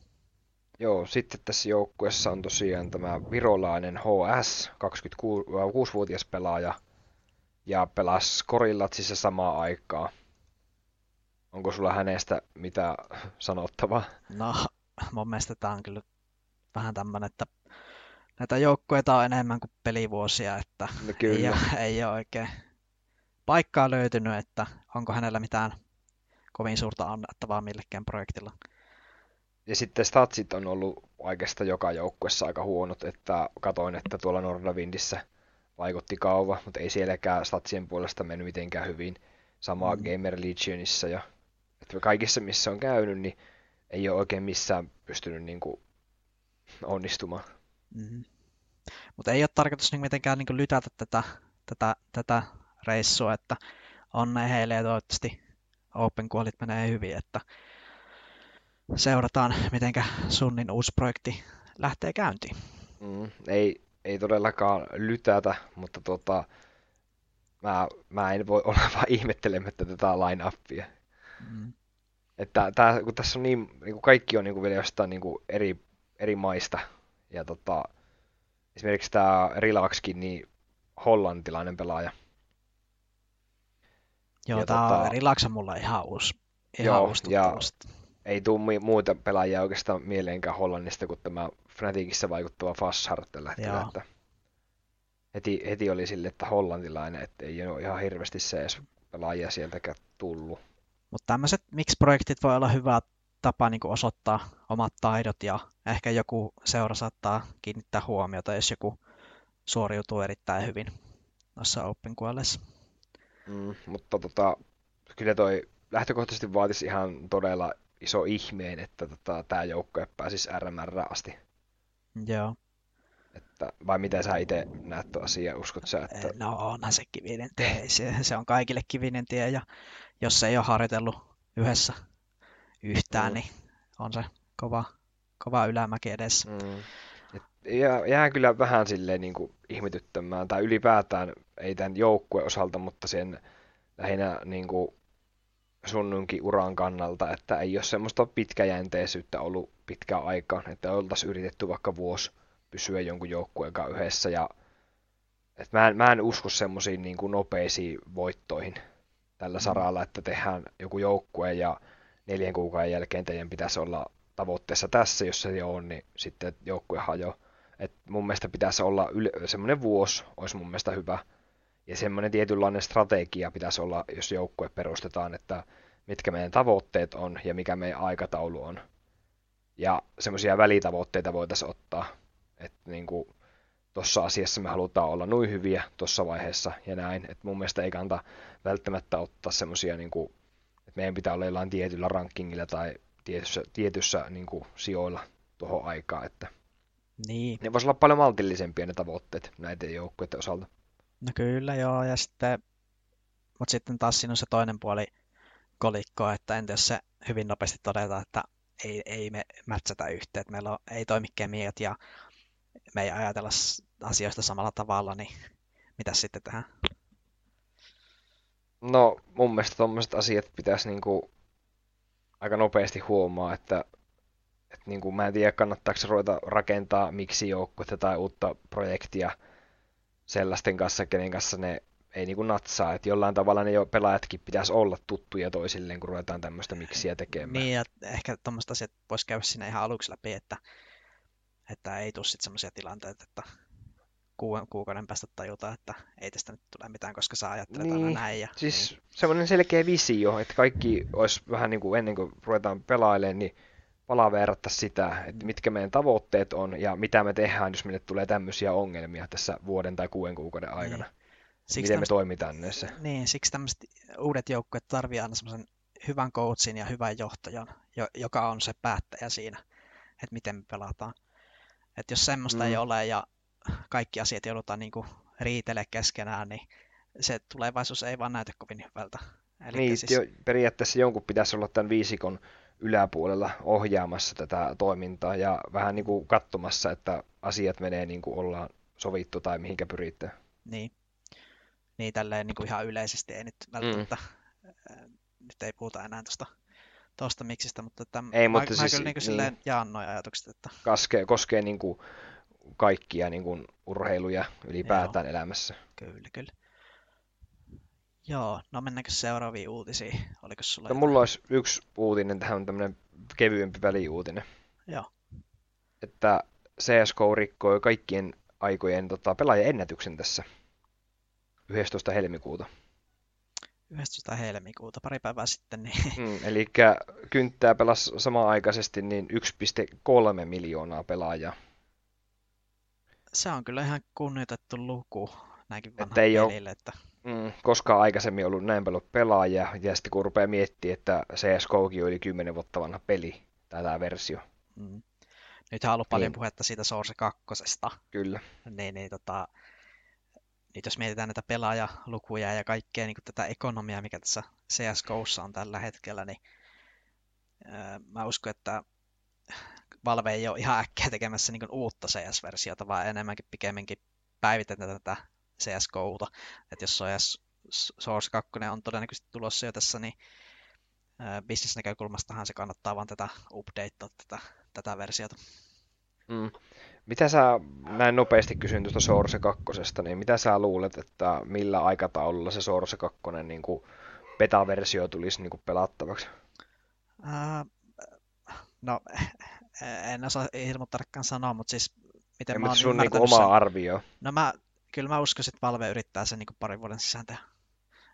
Joo, sitten tässä joukkueessa on tosiaan tämä virolainen H S, kaksikymmentäkuusivuotias pelaaja, ja pelasi Gorillatsissa samaan aikaan. Onko sulla hänestä mitä sanottavaa? No, mun mielestä tää on kyllä vähän tämmönen, että näitä joukkueita on enemmän kuin pelivuosia, että No ei kyllä. ole, ei ole oikein paikkaa löytynyt, että onko hänellä mitään kovin suurta annettavaa millekään projektilla. Ja sitten statsit on ollut oikeastaan joka joukkueessa aika huonot, että katoin, että tuolla Nordavindissä vaikutti kauva, mutta ei sielläkään statsien puolesta mennyt mitenkään hyvin. Sama Mm. Gamer Legionissa ja että kaikissa missä on käynyt, niin ei ole oikein missään pystynyt niin kuin onnistumaan. Mm. Mutta ei ole tarkoitus niin mitenkään niin lytätä tätä, tätä, tätä reissua, että onnea heille ja toivottavasti Open Qualit menee hyvin, että seurataan, miten Sunnin uusi projekti lähtee käyntiin. Mm, ei, ei todellakaan lytätä, mutta tota, mä, mä en voi olla vaan ihmettelemättä tätä line-upia. Mm. Että tää, kun tässä on niin, niin kuin kaikki on niin kuin vielä jostain niin kuin eri, eri maista. Ja tota, esimerkiksi tämä Relaxkin, niin hollantilainen pelaaja. Joo, Ja tää tota, on Relaxa mulla ihan uusi, ihan joo, uusi ja tuttavuus. ei tule muita pelaajia oikeastaan mieleenkään Hollannista kuin tämä Fnaticissa vaikuttava Fassart tällä hetkellä. Joo. Että heti, heti oli sille, että hollantilainen, että ei ole ihan hirveästi C S pelaajia sieltäkään tullut. Mutta tämmöiset mix-projektit voi olla hyvä tapa niin kuin osoittaa omat taidot ja ehkä joku seura saattaa kiinnittää huomiota, jos joku suoriutuu erittäin hyvin noissa Open Qualissä. Mm, mutta tota, kyllä toi lähtökohtaisesti vaatisi ihan todella iso ihmeen, että tota, tämä joukkue pääsisi R M R asti. Joo. Että, vai miten sä itse näet tuon asian, uskot sä, että... No onhan se kivinen tie, se, se on kaikille kivinen tie ja jos ei ole harjoitellut yhdessä yhtään, mm. niin on se kova, kova ylämäki edessä. Mm. Et jää, jää kyllä vähän silleen niin kuin ihmetyttämään, tai ylipäätään ei tämän joukkueen osalta, mutta sen lähinnä niin kuin sunnunkin uran kannalta, että ei ole semmoista pitkäjänteisyyttä ollut pitkään aikaan, että oltaisiin yritetty vaikka vuosi pysyä jonkun joukkueen kanssa yhdessä, ja et mä, en, mä en usko semmoisiin niin kuin nopeisiin voittoihin tällä saralla, että tehdään joku joukkue ja neljän kuukauden jälkeen teidän pitäisi olla tavoitteessa tässä, jos se ei ole, niin sitten joukkue hajoaa. Et mun mielestä pitäisi olla yle- semmoinen vuosi, olisi mun mielestä hyvä. Ja semmoinen tietynlainen strategia pitäisi olla, jos joukkue perustetaan, että mitkä meidän tavoitteet on ja mikä meidän aikataulu on. Ja semmoisia välitavoitteita voitaisiin ottaa, että niin kuin tuossa asiassa me halutaan olla noin hyviä tuossa vaiheessa ja näin. Et mun mielestä ei kannata välttämättä ottaa semmoisia, niin kuin, että meidän pitää olla jollain tietyllä rankingilla tai tietyssä, tietyssä niin kuin, sijoilla tuohon aikaan. Että niin. Ne voisi olla paljon maltillisempia ne tavoitteet näiden joukkueiden osalta. No kyllä joo, ja sitten, mutta sitten taas siinä on se toinen puoli kolikkoa, että entä jos se hyvin nopeasti todetaan, että ei, ei me mätsätä yhteen, että meillä on, ei toimi kemiat ja me ei ajatella asioista samalla tavalla, niin mitä sitten tehdään? No mun mielestä tuommoiset asiat pitäisi niinku aika nopeasti huomaa, että, että niinku, mä en tiedä kannattaako ruveta rakentaa miksi joukkuetta tai uutta projektia sellaisten kanssa, kenen kanssa ne ei niinku natsaa, että jollain tavalla ne jo pelaajatkin pitäisi olla tuttuja toisilleen, kun ruvetaan tämmöistä miksiä tekemään. Niin, ja ehkä tuommoista asiat voisi käydä siinä ihan aluksi läpi, että, että ei tule sitten semmoisia tilanteita, että kuukauden päästä tajutaan, että ei tästä nyt tule mitään, koska sä ajattelet niin, aina näin. Ja, siis niin. Semmoinen selkeä visio, että kaikki olisi vähän niin kuin ennen kuin ruvetaan pelailemaan, niin palaverata sitä, että mitkä meidän tavoitteet on ja mitä me tehdään, jos meille tulee tämmöisiä ongelmia tässä vuoden tai kuuden kuukauden aikana. Niin. Siksi miten tämmöset, me toimitaan näissä. Niin, siksi tämmöiset uudet joukkueet tarvitsevat aina semmoisen hyvän coachin ja hyvän johtajan, joka on se päättäjä siinä, että miten me pelataan. Että jos semmoista mm. ei ole ja kaikki asiat joudutaan niin riitelemään keskenään, niin se tulevaisuus ei vaan näytä kovin hyvältä. Elikkä niin, siis... jo, periaatteessa jonkun pitäisi olla tämän viisikon yläpuolella ohjaamassa tätä toimintaa ja vähän niin kuin katsomassa, että asiat menee niin kuin ollaan sovittu tai mihinkä pyritte. Niin, niin tälleen niin kuin ihan yleisesti ei nyt välttämättä, mm. nyt ei puhuta enää tuosta tuosta miksistä, mutta, tämän, ei, mä, mutta mä siis, kyllä niin kuin silleen niin, jaan nuo ajatukset. Että... Koskee, koskee niin kuin kaikkia niin kuin urheiluja ylipäätään Joo. elämässä. Kyllä, kyllä. Joo, no mennäänkö seuraaviin uutisiin? Oliko sulla no, mulla olisi yksi uutinen, tähän on tämmöinen kevyempi väliuutinen. Joo. Että C S G O rikkoi kaikkien aikojen tota, pelaajan ennätyksen tässä yhdestoista helmikuuta. yhdestoista helmikuuta, pari päivää sitten. Niin... Mm, eli Kynttää pelasi samaan aikaisesti niin yksi pilkku kolme miljoonaa pelaajaa. Se on kyllä ihan kunnioitettu luku näinkin vanhan pelille. Että... Mm, koskaan aikaisemmin ollut näin paljon pelaajia, ja sitten kun rupeaa miettimään, että C S G Okin oli kymmenen vuotta vanha peli, tai tämä versio. Mm. Nythän on ollut paljon niin. puhetta siitä Source kakkosesta. Kyllä. Niin, niin tota, nyt jos mietitään näitä pelaajalukuja ja kaikkea niin tätä ekonomiaa, mikä tässä C S G O:ssa on tällä hetkellä, niin ää, mä uskon, että Valve ei ole ihan äkkiä tekemässä niin uutta C S-versiota, vaan enemmänkin pikemminkin päivitetään tätä C S G O:ta. Että jos Source kaksi on todennäköisesti tulossa jo tässä, niin business-näkökulmastahan se kannattaa vaan tätä updatea, tätä, tätä versiota. Mm. Mitä sä, näin nopeasti kysyn tuosta Source kaksi, niin mitä sä luulet, että millä aikataululla se Source kaksi niin kuin beta-versio tulisi niin kuin pelattavaksi? Äh, no, en osaa hirveän tarkkaan sanoa, mutta siis miten ja mä oon sun ymmärtänyt niin oma sen, arvio. No mä, kyllä mä uskon, että Valve yrittää sen niin parin vuoden sisään tehdä.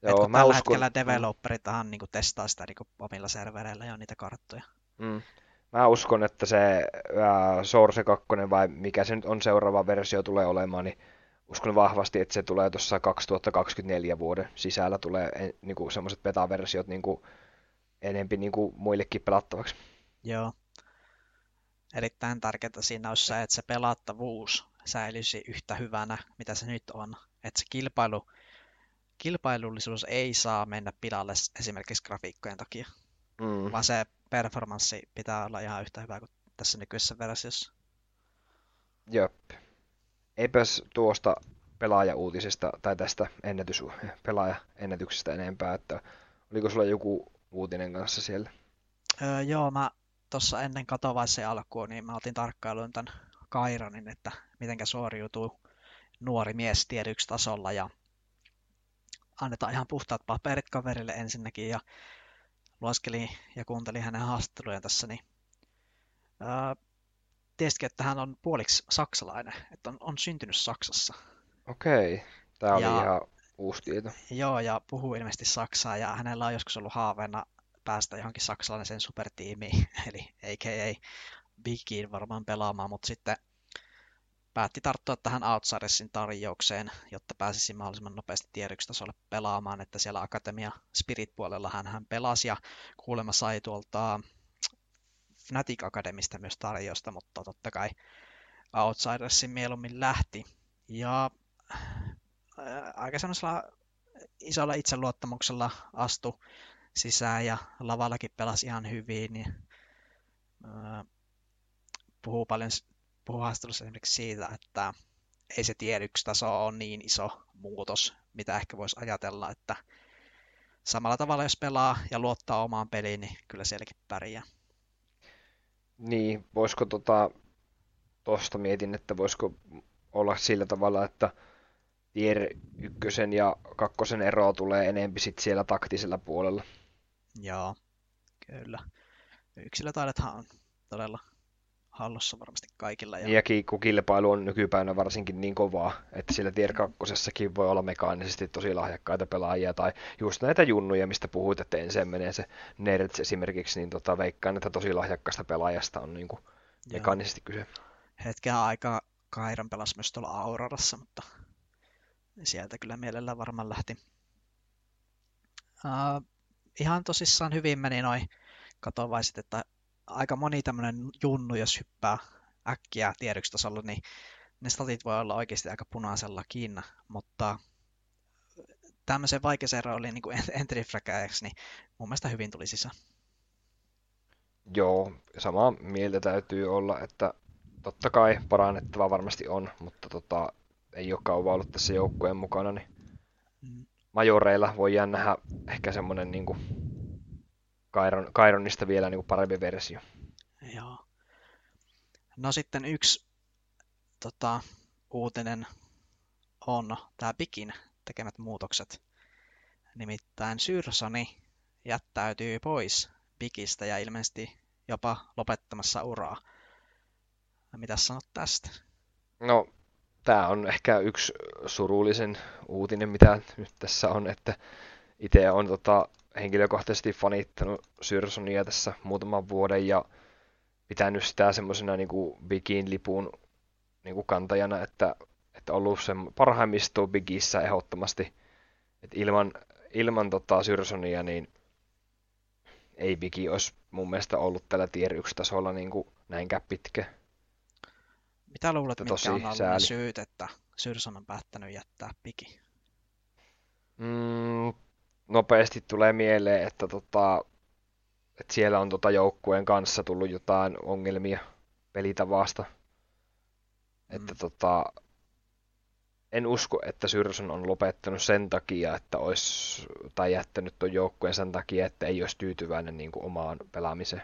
Et Joo, kun mä tällä uskon, hetkellä mm, developeritahan niin testaa sitä niin omilla servereillä jo niitä karttoja. mm, mä uskon, että se ää, Source kaksi vai mikä se nyt on seuraava versio tulee olemaan, niin uskon vahvasti, että se tulee tuossa kaksituhattakaksikymmentäneljä vuoden sisällä tulee en, niinku semmoiset beta-versiot niinku, enempi niinku muillekin pelattavaksi. Joo. Erittäin tärkeää siinä olisi se, että se pelattavuus säilyisi yhtä hyvänä, mitä se nyt on. Että se kilpailu, kilpailullisuus ei saa mennä pilalle esimerkiksi grafiikkojen takia, Mm, vaan se performanssi pitää olla ihan yhtä hyvä kuin tässä nykyisessä versiossa. jep. Eipäs tuosta pelaajauutisesta tai tästä ennätys, pelaajaennätyksestä enempää, että oliko sulla joku uutinen kanssa siellä? Öö, joo, mä tuossa ennen katovaisen alkuun, niin mä otin tarkkailuun tämän Kaironin, että mitenkä suoriutuu nuori mies tier yksi tasolla ja annetaan ihan puhtaat paperit kaverille ensinnäkin ja lueskelin ja kuuntelin hänen haastattelujaan tässä, niin öö, tiesitkö, että hän on puoliksi saksalainen, että on, on syntynyt Saksassa. Okei, tää oli Ja ihan uusi tieto. joo, ja puhuu ilmeisesti saksaa ja hänellä on joskus ollut haaveena päästä johonkin saksalaiseen supertiimiin, eli a k a. Bigiin varmaan pelaamaan, mutta sitten päätti tarttua tähän Outsidersin tarjoukseen, jotta pääsisi mahdollisimman nopeasti tier yksi tasolle pelaamaan, että siellä Akatemia Spirit-puolella hän, hän pelasi ja kuulemma sai tuolta Fnatic Academista myös tarjousta, mutta totta kai Outsidersin mieluummin lähti. Ja ää, aika semmoisella isolla itseluottamuksella astui sisään ja lavallakin pelasi ihan hyvin. Niin, ää, puhuu paljon puhuu haastattelussa esimerkiksi siitä, että ei se tier yksi taso ole niin iso muutos, mitä ehkä voisi ajatella, että samalla tavalla jos pelaa ja luottaa omaan peliin, niin kyllä sielläkin pärjää. Niin, voisiko tota, tosta mietin, että voisiko olla sillä tavalla, että tier ykkösen ja kakkosen ero tulee enempi sit siellä taktisella puolella. Joo, kyllä. Yksilötaidothan on todella hallussa varmasti kaikilla. Ja... Niin, ja ki- kun kilpailu on nykypäivänä varsinkin niin kovaa, että sillä tier kakkosessakin voi olla mekaanisesti tosi lahjakkaita pelaajia, tai just näitä junnuja, mistä puhuit, että ensin menee se Nerds esimerkiksi, niin tota, veikkaan, että tosi lahjakkaasta pelaajasta on niin kuin mekaanisesti kyse. Hetken aikaa Kairon pelasi myös tuolla Aurorassa, mutta sieltä kyllä mielellään varmaan lähti. Uh, ihan tosissaan hyvin meni noin katovaiset, että aika moni tämmöinen junnu, jos hyppää äkkiä tier yksi tasolla, niin ne statit voi olla oikeasti aika punaisellakin, mutta tämmöisen vaikeaseen rooliin niin kuin entry fragajaksi, niin mun mielestä hyvin tuli sisään. Joo, samaa mieltä täytyy olla, että totta kai parannettava varmasti on, mutta tota, ei ole kauan ollut tässä joukkueen mukana, niin Mm. majoreilla voidaan nähdä ehkä semmoinen niin kuin Kairon, Kaironista vielä niin kuin parempi versio. Joo. No sitten yksi tota, uutinen on tämä Bikin tekemät muutokset. Nimittäin Syrsoni jättäytyy pois Bigistä ja ilmeisesti jopa lopettamassa uraa. Mitä sanot tästä? No, tämä on ehkä yksi surullisen uutinen, mitä nyt tässä on, että itse on tota, henkilökohtaisesti fanittanut Syrsonia tässä muutaman vuoden ja pitänyt sitä semmoisena niin Bigin lipun niin kuin kantajana, että, että ollut sen parhaimmistoa Bigissä ehdottomasti. Et ilman ilman tota Syrsonia niin ei Bigi olisi mun mielestä ollut tällä tier yksi tasolla niin kuin näinkään pitkä. Mitä luulet, Että mitkä tosi on ollut ne sääli. syyt, että Syrson on päättänyt jättää Bigi? Mm, nopeasti tulee mieleen, että, tota, että siellä on tota joukkueen kanssa tullut jotain ongelmia pelitavasta. Mm. Että tota, en usko, että Syrson on lopettanut sen takia, että olisi, tai jättänyt tuon joukkueen sen takia, että ei olisi tyytyväinen niin kuin omaan pelaamiseen.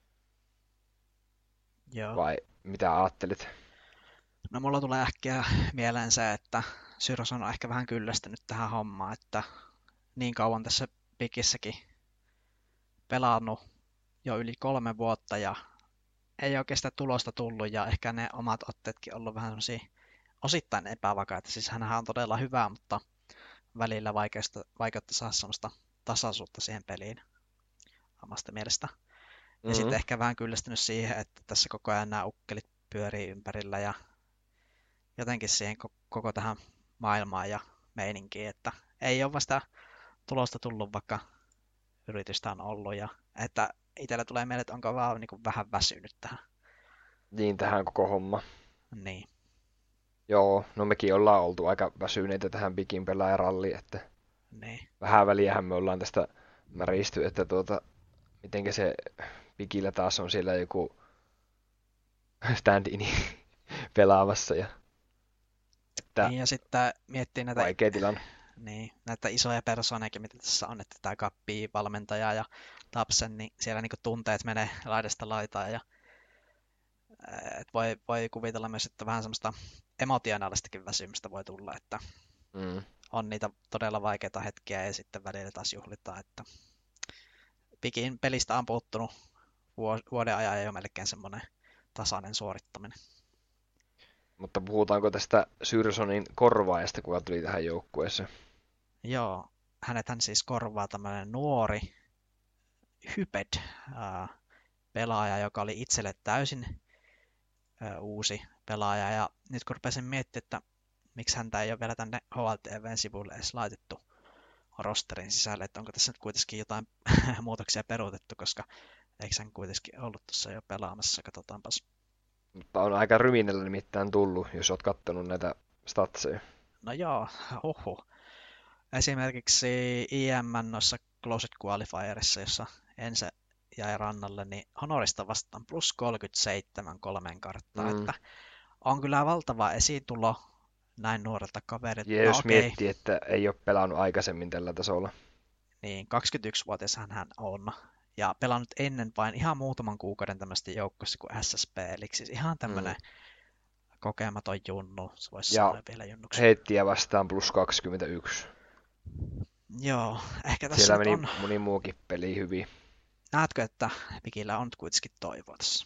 Joo. Vai mitä ajattelit? No mulla tulee äkkiä mieleen se, että Syrson on ehkä vähän kyllästynyt tähän hommaan, että niin kauan tässä Bigissäkin pelannut jo yli kolme vuotta ja ei oikein sitä tulosta tullut ja ehkä ne omat otteetkin ollut vähän semmosia osittain epävakaita. Siis hänhän on todella hyvä, mutta välillä vaikeutta, vaikeutta saada semmoista tasaisuutta siihen peliin omasta mielestä. Ja Mm. sitten ehkä vähän kyllästynyt siihen, että tässä koko ajan nämä ukkelit pyörii ympärillä ja jotenkin siihen koko tähän maailmaan ja meininkiin, että ei ole vasta tulosta tullut, vaikka yritystä on ollut. Ja että itsellä tulee mieleen, että onko vaan niin kuin vähän väsynyt tähän. Niin tähän koko homma. Niin, Joo, no mekin ollaan oltu aika väsyneitä tähän Bikin pelaajaralliin, että niin. vähän väliähän me ollaan tästä märisty, että tuota, mitenkä se Bigillä taas on siellä joku stand-ini pelaamassa ja että Niin, ja sitten miettii näitä, vaikea tilanne. niin, näitä isoja persooneja, mitä tässä on, että tämä Kappi, valmentaja ja Tapsen, niin siellä niin tunteet menee laidasta laitaan ja et voi, voi kuvitella myös, että vähän semmoista emotionaalistakin väsymystä voi tulla, että Mm. on niitä todella vaikeita hetkiä ja sitten välillä taas juhlitaan, että Pikin pelistä on puuttunut vuoden ajan jo melkein semmoinen tasainen suorittaminen. Mutta puhutaanko tästä Syrsonin korvaajasta, kuka tuli tähän joukkueeseen? Joo, hänethän siis korvaa tämmöinen nuori Hyped äh, pelaaja, joka oli itselle täysin äh, uusi pelaaja. Ja nyt kun rupesin miettimään, että miksi häntä ei ole vielä tänne H L T V:n sivulle edes laitettu rosterin sisälle, että onko tässä nyt kuitenkin jotain muutoksia peruutettu, koska eikö hän kuitenkin ollut tuossa jo pelaamassa, katsotaanpas. Mutta on aika ryminällä nimittäin tullut, jos oot kattonut näitä statseja. No joo, huhu. Esimerkiksi I M noissa Closed Qualifierissa, jossa ensin jäi rannalle, niin Honorista vastaan plus kolmekymmentäseitsemän kolmeen karttaan, Mm. että on kyllä valtava esiintulo näin nuorelta kaverilta. Ja No jos okei, miettii, että ei ole pelannut aikaisemmin tällä tasolla. niin kaksikymmentäyksivuotiashan hän on. Ja pelannut ennen vain ihan muutaman kuukauden tämmöistä joukkossa kuin S S P, eli siis ihan tämmöinen Mm. kokematon junnu, se voisi Ja sanoa vielä junnuksi. heittiä vastaan plus kaksikymmentäyksi. Joo, ehkä tässä Siellä nyt meni on. moni muukin peli hyvin. Näetkö, että Pikillä on nyt kuitenkin toivoa tässä?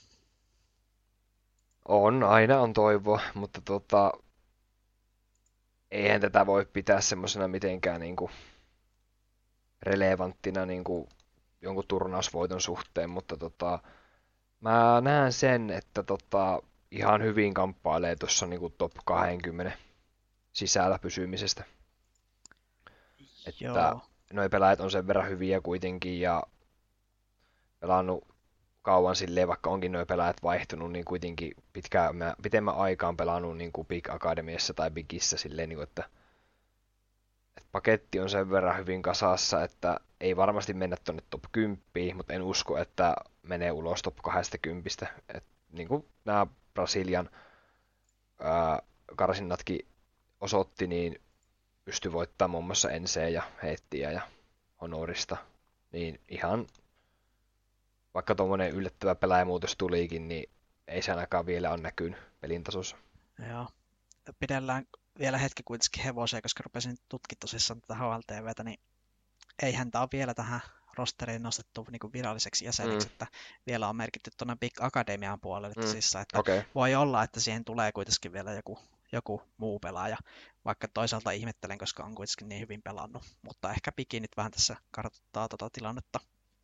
On, aina on toivoa, mutta tota, eihän tätä voi pitää semmoisena mitenkään niinku relevanttina niinku jonkun turnausvoiton suhteen, mutta tota, mä näen sen, että tota, ihan hyvin kamppailee tuossa niinku top kaksikymmentä sisällä pysymisestä. Että Joo, noi pelaajat on sen verran hyviä kuitenkin ja pelannut kauan silleen, vaikka onkin noi pelaajat vaihtunut, niin kuitenkin pitkään, pitemmän aikaan pelannut niin kuin Big Academiassa tai Bigissä silleen, niin kuin, että, että paketti on sen verran hyvin kasassa, että ei varmasti mennä tuonne top kymmenen, mutta en usko, että menee ulos top kaksikymmentä. Et, niin kuin nämä Brasilian ää, karsinnatkin osoitti, niin pystyi voittamaan muun muassa Enseä ja Heittiä ja Honorista, niin ihan vaikka tuommoinen yllättävä pelaajamuutos tulikin, niin ei se ainakaan vielä ole näkynyt pelin tasossa. joo. Pidellään vielä hetki kuitenkin hevosia, koska rupesin tutkimaan tosissaan tätä H L T V:tä, niin ei häntä ole vielä tähän rosteriin nostettu niin kuin viralliseksi jäseneksi, Mm. että vielä on merkitty tuonne Big Academian puolelle Mm. tosissaan, että Okei. Okay. voi olla, että siihen tulee kuitenkin vielä joku, joku muu pelaaja, vaikka toisaalta ihmettelen, koska on kuitenkin niin hyvin pelannut, mutta ehkä Bigi nyt vähän tässä kartoittaa tuota tilannetta.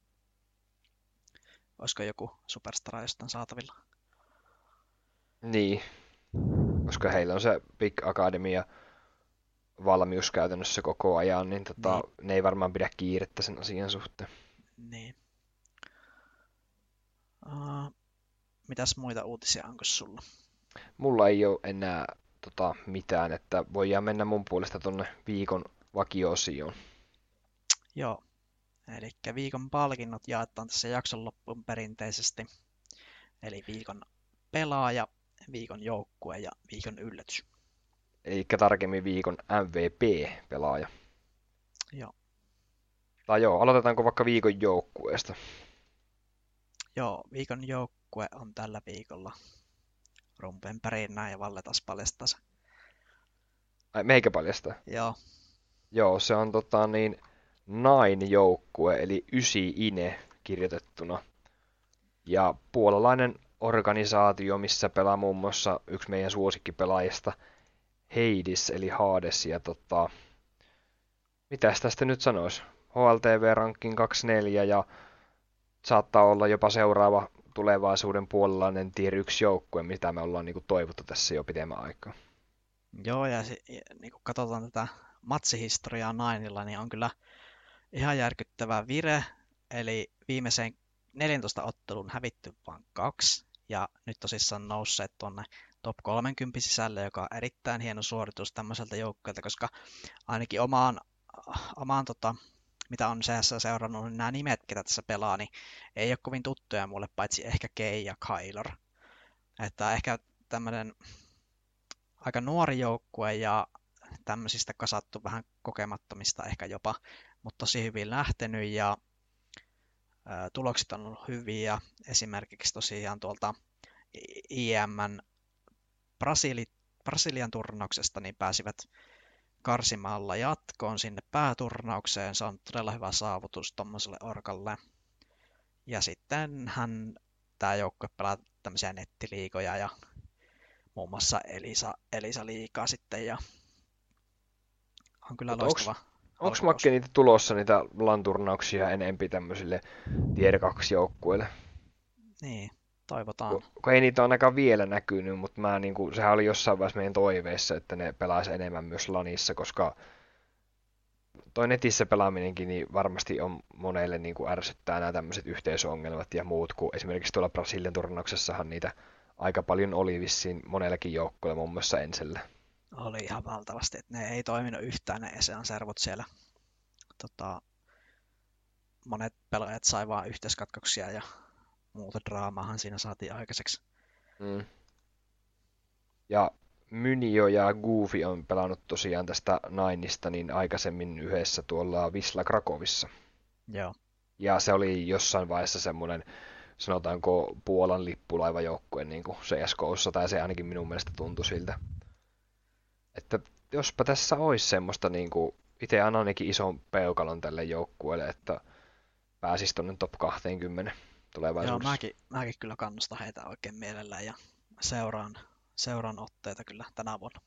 Olisiko joku superstara jostain saatavilla? Niin, koska heillä on se Big Academia valmius käytännössä koko ajan, niin, tota, Niin. ne ei varmaan pidä kiirettä sen asian suhteen. Niin. Uh, mitäs muita uutisia onko sulla? Mulla ei ole enää tota, mitään, että voidaan mennä mun puolesta tonne viikon vakio-osioon. Joo, eli viikon palkinnot jaetaan tässä jakson loppuun perinteisesti. Eli viikon pelaaja, viikon joukkue ja viikon yllätys. Eli tarkemmin viikon M V P-pelaaja. Joo. Tai joo, aloitetaanko vaikka viikon joukkueesta? Joo, viikon joukkue on tällä viikolla Rumpen pärinää ja Valle taas paljastaa se. Ai, meikä paljastaa. Joo, Joo, se on tota niin Nine-joukkue, eli ysi ine kirjoitettuna. Ja puolalainen organisaatio, missä pelaa muun muassa yksi meidän suosikkipelaajista, Heidis, eli Hades. Ja tota, Mitäs tästä nyt sanois? H L T V ranking kaksikymmentäneljä ja saattaa olla jopa seuraava tulevaisuuden puolelainen tier yksi joukkue, mitä me ollaan niinku toivottu tässä jo pidemmän aikaa. Joo, ja, si- ja niin kun katsotaan tätä matsihistoriaa Ninella, niin on kyllä ihan järkyttävä vire. Eli viimeiseen neljäntoista ottelun hävitty vain kaksi, ja nyt tosissaan nousseet tuonne top kolmekymmentä sisälle, joka on erittäin hieno suoritus tämmöiseltä joukkueelta, koska ainakin omaan, omaan tota, mitä on C S seurannut, niin nämä nimet, ketä tässä pelaa, niin ei ole kovin tuttuja mulle, paitsi ehkä Kei ja Kyler. Että ehkä tämmöinen aika nuori joukkue ja tämmöisistä kasattu vähän kokemattomista ehkä jopa, mutta tosi hyvin lähtenyt ja ä, tulokset on ollut hyviä. Esimerkiksi tosiaan tuolta I M:n Brasili, Brasilian turnauksesta niin pääsivät karsimalla jatkoon sinne pääturnaukseen. Se on todella hyvä saavutus tuommoiselle orkalle. Ja sitten hän, tämä joukkue pelaa tämmöisiä nettiliigoja ja muun muassa Elisa, Elisa liigaa sitten ja on kyllä Mutta onks, loistava onks alkukausi. Makke niitä tulossa niitä LAN-turnauksia enempi tämmöisille tier kaksi joukkueille? Niin, toivotaan. Kun, kun ei niitä ainakaan vielä näkynyt, mutta mä, niinku, sehän oli jossain vaiheessa meidän toiveissa, että ne pelaisi enemmän myös LANissa, koska toi netissä pelaaminenkin niin varmasti on monelle niin kuin ärsyttää nämä tämmöiset yhteisongelmat ja muut, kun esimerkiksi tuolla Brasilian turnauksessahan niitä aika paljon oli vissiin monellakin joukkueella, muun muassa Ensellä. Oli ihan valtavasti, että ne ei toiminut yhtään ne Esean-servut siellä. Tota, monet pelaajat sai vaan yhteiskatkoksia ja muuta draamaahan siinä saatiin aikaiseksi. Mm. Ja Mynio ja Goofy on pelannut tosiaan tästä Nainista niin aikaisemmin yhdessä tuolla Wisla Krakowissa. Joo, Ja se oli jossain vaiheessa semmoinen, sanotaanko Puolan lippulaivajoukkue niin kuin C S K O:ssa, tai se ainakin minun mielestä tuntui siltä. Että jospa tässä olisi semmoista, niin kuin itse annan ainakin ison peukalon tälle joukkueelle, että pääsisi tuonne top kaksikymmentä Joo tulevaisuudessa. mäkin, mäkin kyllä kannustan heitä oikein mielellään ja seuraan, seuraan otteita kyllä tänä vuonna.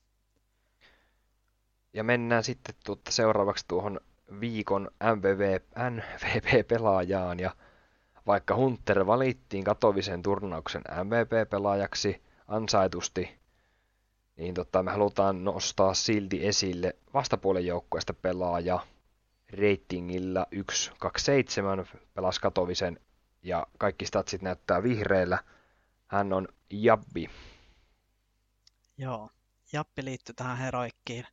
Ja mennään sitten tuota seuraavaksi tuohon viikon M V V, M V P-pelaajaan, ja vaikka Hunter valittiin Katowicen turnauksen M V P-pelaajaksi ansaitusti, niin tota, me halutaan nostaa silti esille vastapuolen joukkueesta pelaaja ratingilla yksi kaksi seitsemän, pelasi Katowicen ja kaikki statsit näyttää vihreillä. Hän on Jabbi. Joo, Jappi liittyi tähän Heroikkiin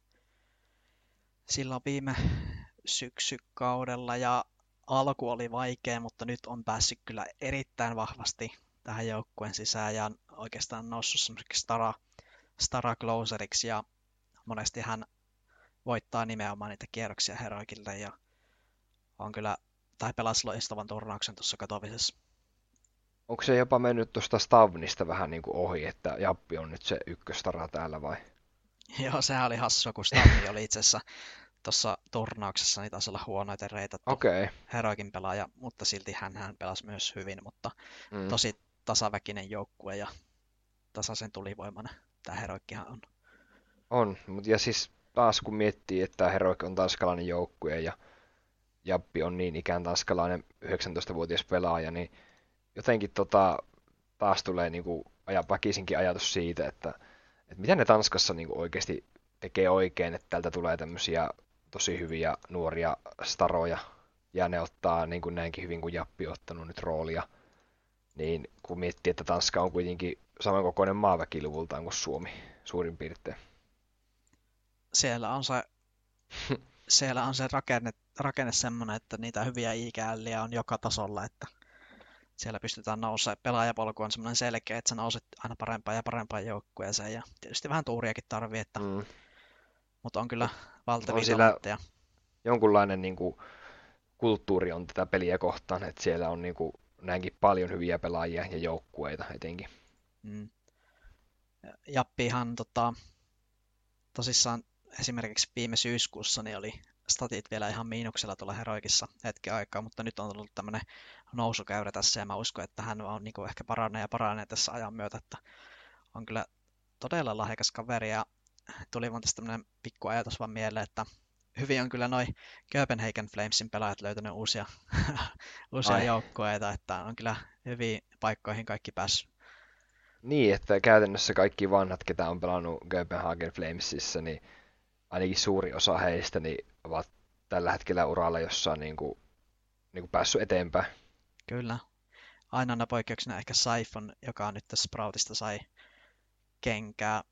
silloin viime syksykaudella ja alku oli vaikea, mutta nyt on päässyt kyllä erittäin vahvasti tähän joukkueen sisään ja on oikeastaan noussut semmoiseksi stara, stara closeriksi ja monesti hän voittaa nimenomaan niitä kierroksia Heroikille ja on kyllä, tai pelasi loistavan turnauksen tuossa Katowisessa. Onko se jopa mennyt tuosta Stavnista vähän niin kuin ohi, että Jappi on nyt se ykköstara täällä vai? Joo, sehän oli hassua, kun Stavni oli itse asiassa tuossa turnauksessa, niin taisi olla huonoiten reitattu Okei. Okay. Heroikin pelaaja, mutta silti hän, hän pelasi myös hyvin, mutta Mm. tosi tasaväkinen joukkue ja tasaisen tulivoimainen tämä Heroikkihan on. On, mutta ja siis taas kun miettii, että Heroic on tanskalainen joukkue ja Jappi on niin ikään tanskalainen yhdeksäntoistavuotias pelaaja, niin jotenkin tota, taas tulee niinku aja, väkisinkin ajatus siitä, että, että mitä ne Tanskassa niinku oikeasti tekee oikein, että täältä tulee tämmöisiä tosi hyviä nuoria staroja ja ne ottaa niin kuin näinkin hyvin kuin Jappi on ottanut nyt roolia, niin kun miettii, että Tanska on kuitenkin samankokoinen maaväkiluvultaan kuin Suomi suurin piirtein. Siellä on se, siellä on se rakenne, rakenne semmoinen, että niitä hyviä I G L:iä on joka tasolla, että siellä pystytään nousemaan. Pelaajapolku on semmoinen selkeä, että sä nouset aina parempaan ja parempaan joukkueeseen ja tietysti vähän tuuriakin tarvii, että, Mm. mutta on kyllä On valtavia siellä talentteja. jonkunlainen niin kuin, kulttuuri on tätä peliä kohtaan, että siellä on niin kuin, näinkin paljon hyviä pelaajia ja joukkueita etenkin. Mm. Jappihan tota, tosissaan esimerkiksi viime syyskuussa niin oli statit vielä ihan miinuksella tuolla Heroikissa hetken aikaa, mutta nyt on tullut tämmöinen nousukäyrä tässä ja mä uskon, että hän on niin kuin ehkä paranee ja paranee tässä ajan myötä, että on kyllä todella lahjakas kaveri ja tuli vaan tästä tämmöinen pikku ajatus vaan mieleen, että hyvin on kyllä noi Copenhagen Flamesin pelaajat löytänyt uusia, uusia Ai. joukkueita, että on kyllä hyviin paikkoihin kaikki päässyt. Niin, että käytännössä kaikki vanhat, ketä on pelannut Copenhagen Flamesissa, niin ainakin suuri osa heistä niin ovat tällä hetkellä uralla jossain niin kuin, niin kuin päässyt eteenpäin. Kyllä. Ainoana poikkeuksena ehkä Siphon, joka on nyt tässä Sproutista sai kenkää.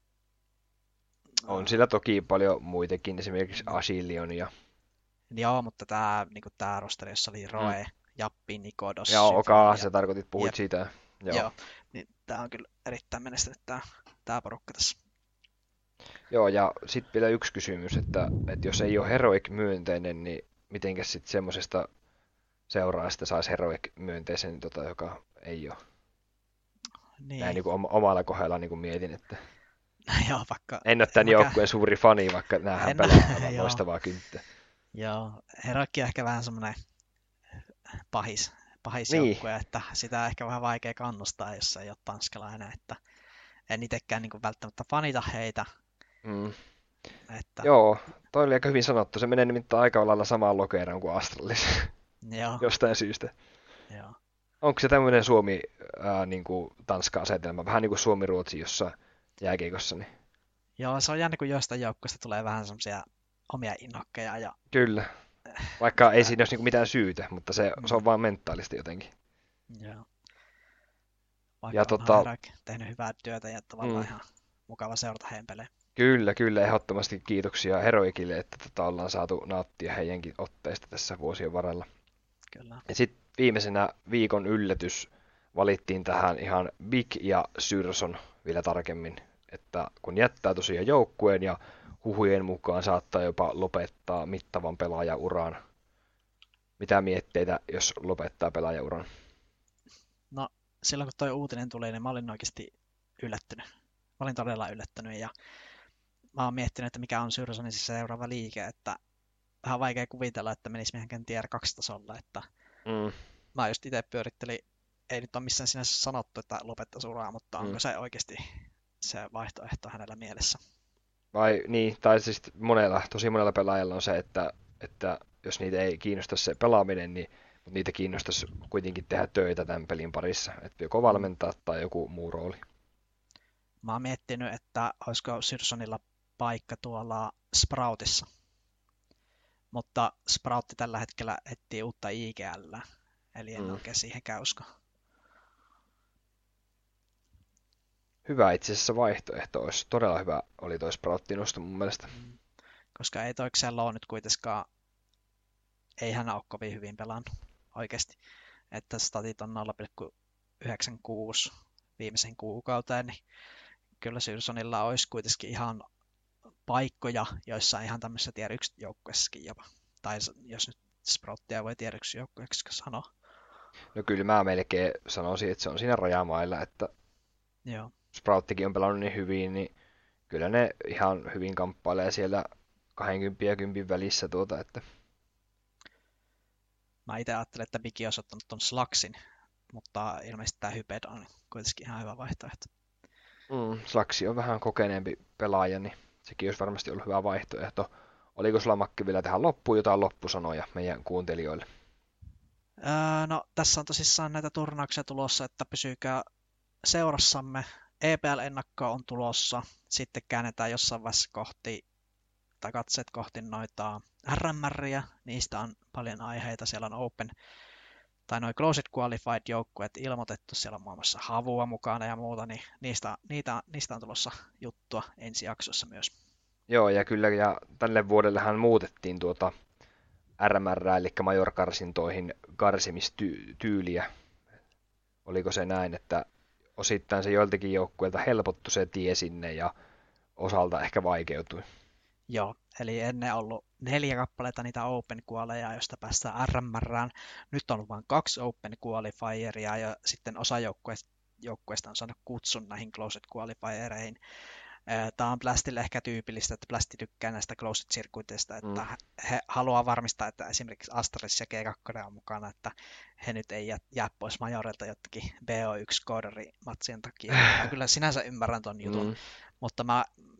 On sillä toki paljon muitakin, esimerkiksi Asilion ja... Joo, mutta tämä niinku tää rosteri, jossa oli Roe, Mm. Jappi, Nikodos, Ja Okaa, ja, sä tarkoitit, puhuit jep, siitä. Joo. joo, niin tämä on kyllä erittäin menestynyt tämä tää porukka tässä. Joo, ja sitten vielä yksi kysymys, että, että jos ei ole Heroic-myönteinen, niin mitenkäs sitten semmoisesta seuraajasta saisi Heroic-myönteisen, tota, joka ei ole? Niin, Näin niin kuin omalla kohdalla niin kuin mietin, että joo, vaikka... en ole tämän mäkään- joukkueen suuri fani, vaikka näähän En- pelaa aivan joo. loistavaa kynttä. Joo, Heroikki on ehkä vähän semmoinen pahis, pahis Niin. joukkue, että sitä on ehkä vähän vaikea kannustaa, jos ei ole tanskalainen, että en itsekään niin välttämättä fanita heitä, Mm. että Joo, toi oli aika hyvin sanottu. Se menee nimittäin aika lailla samaan lokeroon kuin Astralis, joo, jostain syystä. joo. Onko se tämmöinen Suomi, ää, niin kuin Tanska-asetelma, vähän niin kuin Suomi-Ruotsi jossain jääkiekossa? Niin... Joo, se on jännä, kun jostain joukkueesta tulee vähän semmoisia omia innokkeja ja Kyllä. Vaikka ei siinä olisi niin kuin mitään syytä, mutta se, se on vaan mentaalisesti jotenkin. joo. Vaikka Ja onhan tota- Heroic tehnyt hyvää työtä ja tavallaan Mm. ihan mukava seurata heidän pelejä. Kyllä, kyllä, ehdottomasti kiitoksia Heroikille, että tota ollaan saatu nauttia heidänkin otteista tässä vuosien varrella. Kyllä. Ja sitten viimeisenä viikon yllätys valittiin tähän ihan Big ja Syrson vielä tarkemmin, että kun jättää tosiaan joukkueen ja huhujen mukaan saattaa jopa lopettaa mittavan pelaajauran. Mitä mietteitä, jos lopettaa pelaajauran? No, silloin kun toi uutinen tuli, niin mä olin oikeasti yllättynyt. Mä olin todella yllättynyt ja mä oon miettinyt, että mikä on Syrsonin siis seuraava liike, että vähän vaikea kuvitella, että menisi mihinkään tier kaksi tasolla, että Mm. mä just itse pyörittelin, ei nyt ole missään sinänsä sanottu, että lopettaisi uraa, mutta onko Mm. se oikeasti se vaihtoehto hänellä mielessä? Vai niin, tai siis monella, tosi monella pelaajalla on se, että, että jos niitä ei kiinnosta se pelaaminen, niin mutta niitä kiinnostaisi kuitenkin tehdä töitä tämän pelin parissa, että joko valmentaa tai joku muu rooli. Mä oon miettinyt, että olisiko Syrsonilla paikka tuolla Sproutissa, mutta Sproutti tällä hetkellä etsii uutta I G L, eli en Mm. oikein siihenkään usko. Hyvä itse asiassa vaihtoehto olisi, todella hyvä oli toi Sproutin nosto mun mielestä. Koska ei toi Xello ole nyt kuitenkaan, ei hän ole kovin hyvin pelannut oikeasti. Että statit on nolla pilkku yhdeksänkymmentäkuusi viimeisen kuukauteen, niin kyllä Syrsonilla olisi kuitenkin ihan paikkoja, joissa ihan tämmöisessä tier yksi joukkueessakin jopa. Tai s- jos nyt Sprouttia voi tier yksi joukkueeksi sanoa. No kyllä mä melkein sanoisin, että se on siinä rajamailla, että Joo. Sprouttikin on pelannut niin hyvin, niin kyllä ne ihan hyvin kamppailee siellä kaksikymmentä ja kymmenen välissä tuota, että Mä itse ajattelen, että Bigi olisi ottanut ton Slaksin, mutta ilmeisesti tämä Hyped on kuitenkin ihan hyvä vaihtoehto. mm, Slaksi on vähän kokeneempi pelaaja, niin sekin olisi varmasti ollut hyvä vaihtoehto. Oliko sulla Makki vielä tähän loppuun jotain loppusanoja meidän kuuntelijoille? Öö, no, tässä on tosissaan näitä turnauksia tulossa, että pysykää seurassamme. E P L-ennakko on tulossa. Sitten käännetään jossain vaiheessa kohti, tai katseet kohti noita R M R:iä. Niistä on paljon aiheita. Siellä on Open, tai noin Closed Qualified joukkueet ilmoitettu. Siellä on muun muassa Havua mukana ja muuta, niin niistä, niitä, niistä on tulossa juttua ensi jaksossa myös. Joo, ja kyllä, ja tälle vuodellehan muutettiin tuota R M R, eli major-karsintoihin karsimistyyliä. Oliko se näin, että osittain se joiltakin joukkueilta helpottui se tie sinne ja osalta ehkä vaikeutui. Joo, eli ennen ollut neljä kappaletta niitä Open Qualeja, josta päästään R M R:ään. Nyt on vain kaksi Open Qualifieria ja sitten osa joukkueista, joukkueista on saanut kutsun näihin Closed Qualifiereihin. Tämä on Blastille ehkä tyypillistä, että Blasti tykkää näistä Closed Circuiteista, että Mm. he haluaa varmistaa, että esimerkiksi Astralis ja G kaksi on mukana, että he nyt ei jää, jää pois Majorilta jottakin B O yksi-koodari-matsien takia. Mä kyllä sinänsä ymmärrän ton jutun. Mm. Mutta mä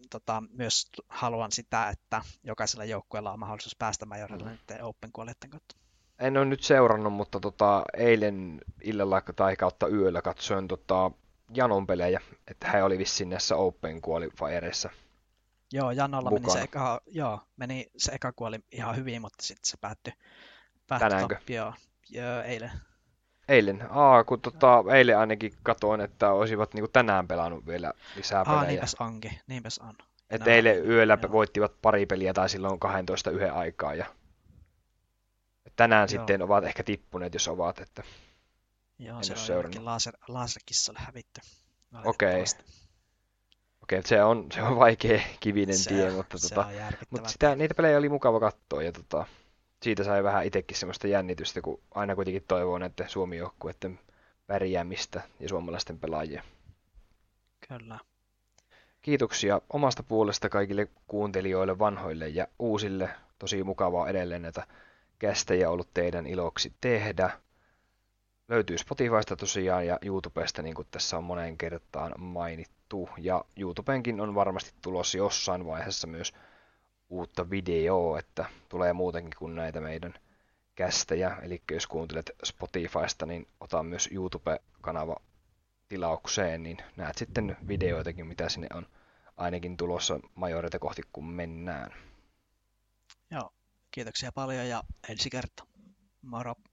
tota, myös haluan sitä, että jokaisella joukkueella on mahdollisuus päästä majorille Mm. nyt Open Qualien kautta. En ole nyt seurannut, mutta tota, eilen illalla tai kautta yöllä katsoin tota, Janon pelejä, että hän oli vissiin näissä Open Qualifiereissa Joo, Janolla meni se mukana. eka, joo, meni se eka kuoli ihan hyvin, mutta sitten se päättyi, päättyi Tänäänkö? tappioon joo, eilen. Eilen. Aa, kun tota, eilen ainakin katoin, että olisivat niinku tänään pelannut vielä lisää Aa, pelejä. niinpäs onkin, niinpäs on. Että Enää eilen oli- yöllä joo. voittivat pari peliä tai silloin kaksitoista yhden aikaa. Ja tänään Joo. sitten ovat ehkä tippuneet, jos ovat. Että Joo, En se oo on seurannut. jollekin laser, laserkissalle hävitty. Okei. valitettavasti. okei, se on, se on vaikea kivinen Se, tie, mutta, se tota, on järkyttävä. mutta sitä, niitä pelejä oli mukava katsoa ja tota, siitä sai vähän itsekin semmoista jännitystä, kun aina kuitenkin toivoo näiden Suomi-joukkueiden pärjäämistä ja suomalaisten pelaajia. Kyllä. Kiitoksia omasta puolesta kaikille kuuntelijoille, vanhoille ja uusille. Tosi mukavaa edelleen näitä kästejä ollut teidän iloksi tehdä. Löytyy Spotifysta tosiaan ja YouTubesta, niin kuin tässä on moneen kertaan mainittu. Ja YouTubenkin on varmasti tulossa jossain vaiheessa myös uutta videoa, että tulee muutenkin kuin näitä meidän kästejä. Eli jos kuuntelet Spotifysta, niin ota myös YouTube-kanava tilaukseen, niin näet sitten videoitakin, mitä sinne on ainakin tulossa majoreita kohti, kun mennään. Joo, kiitoksia paljon ja ensi kertaa. Moro.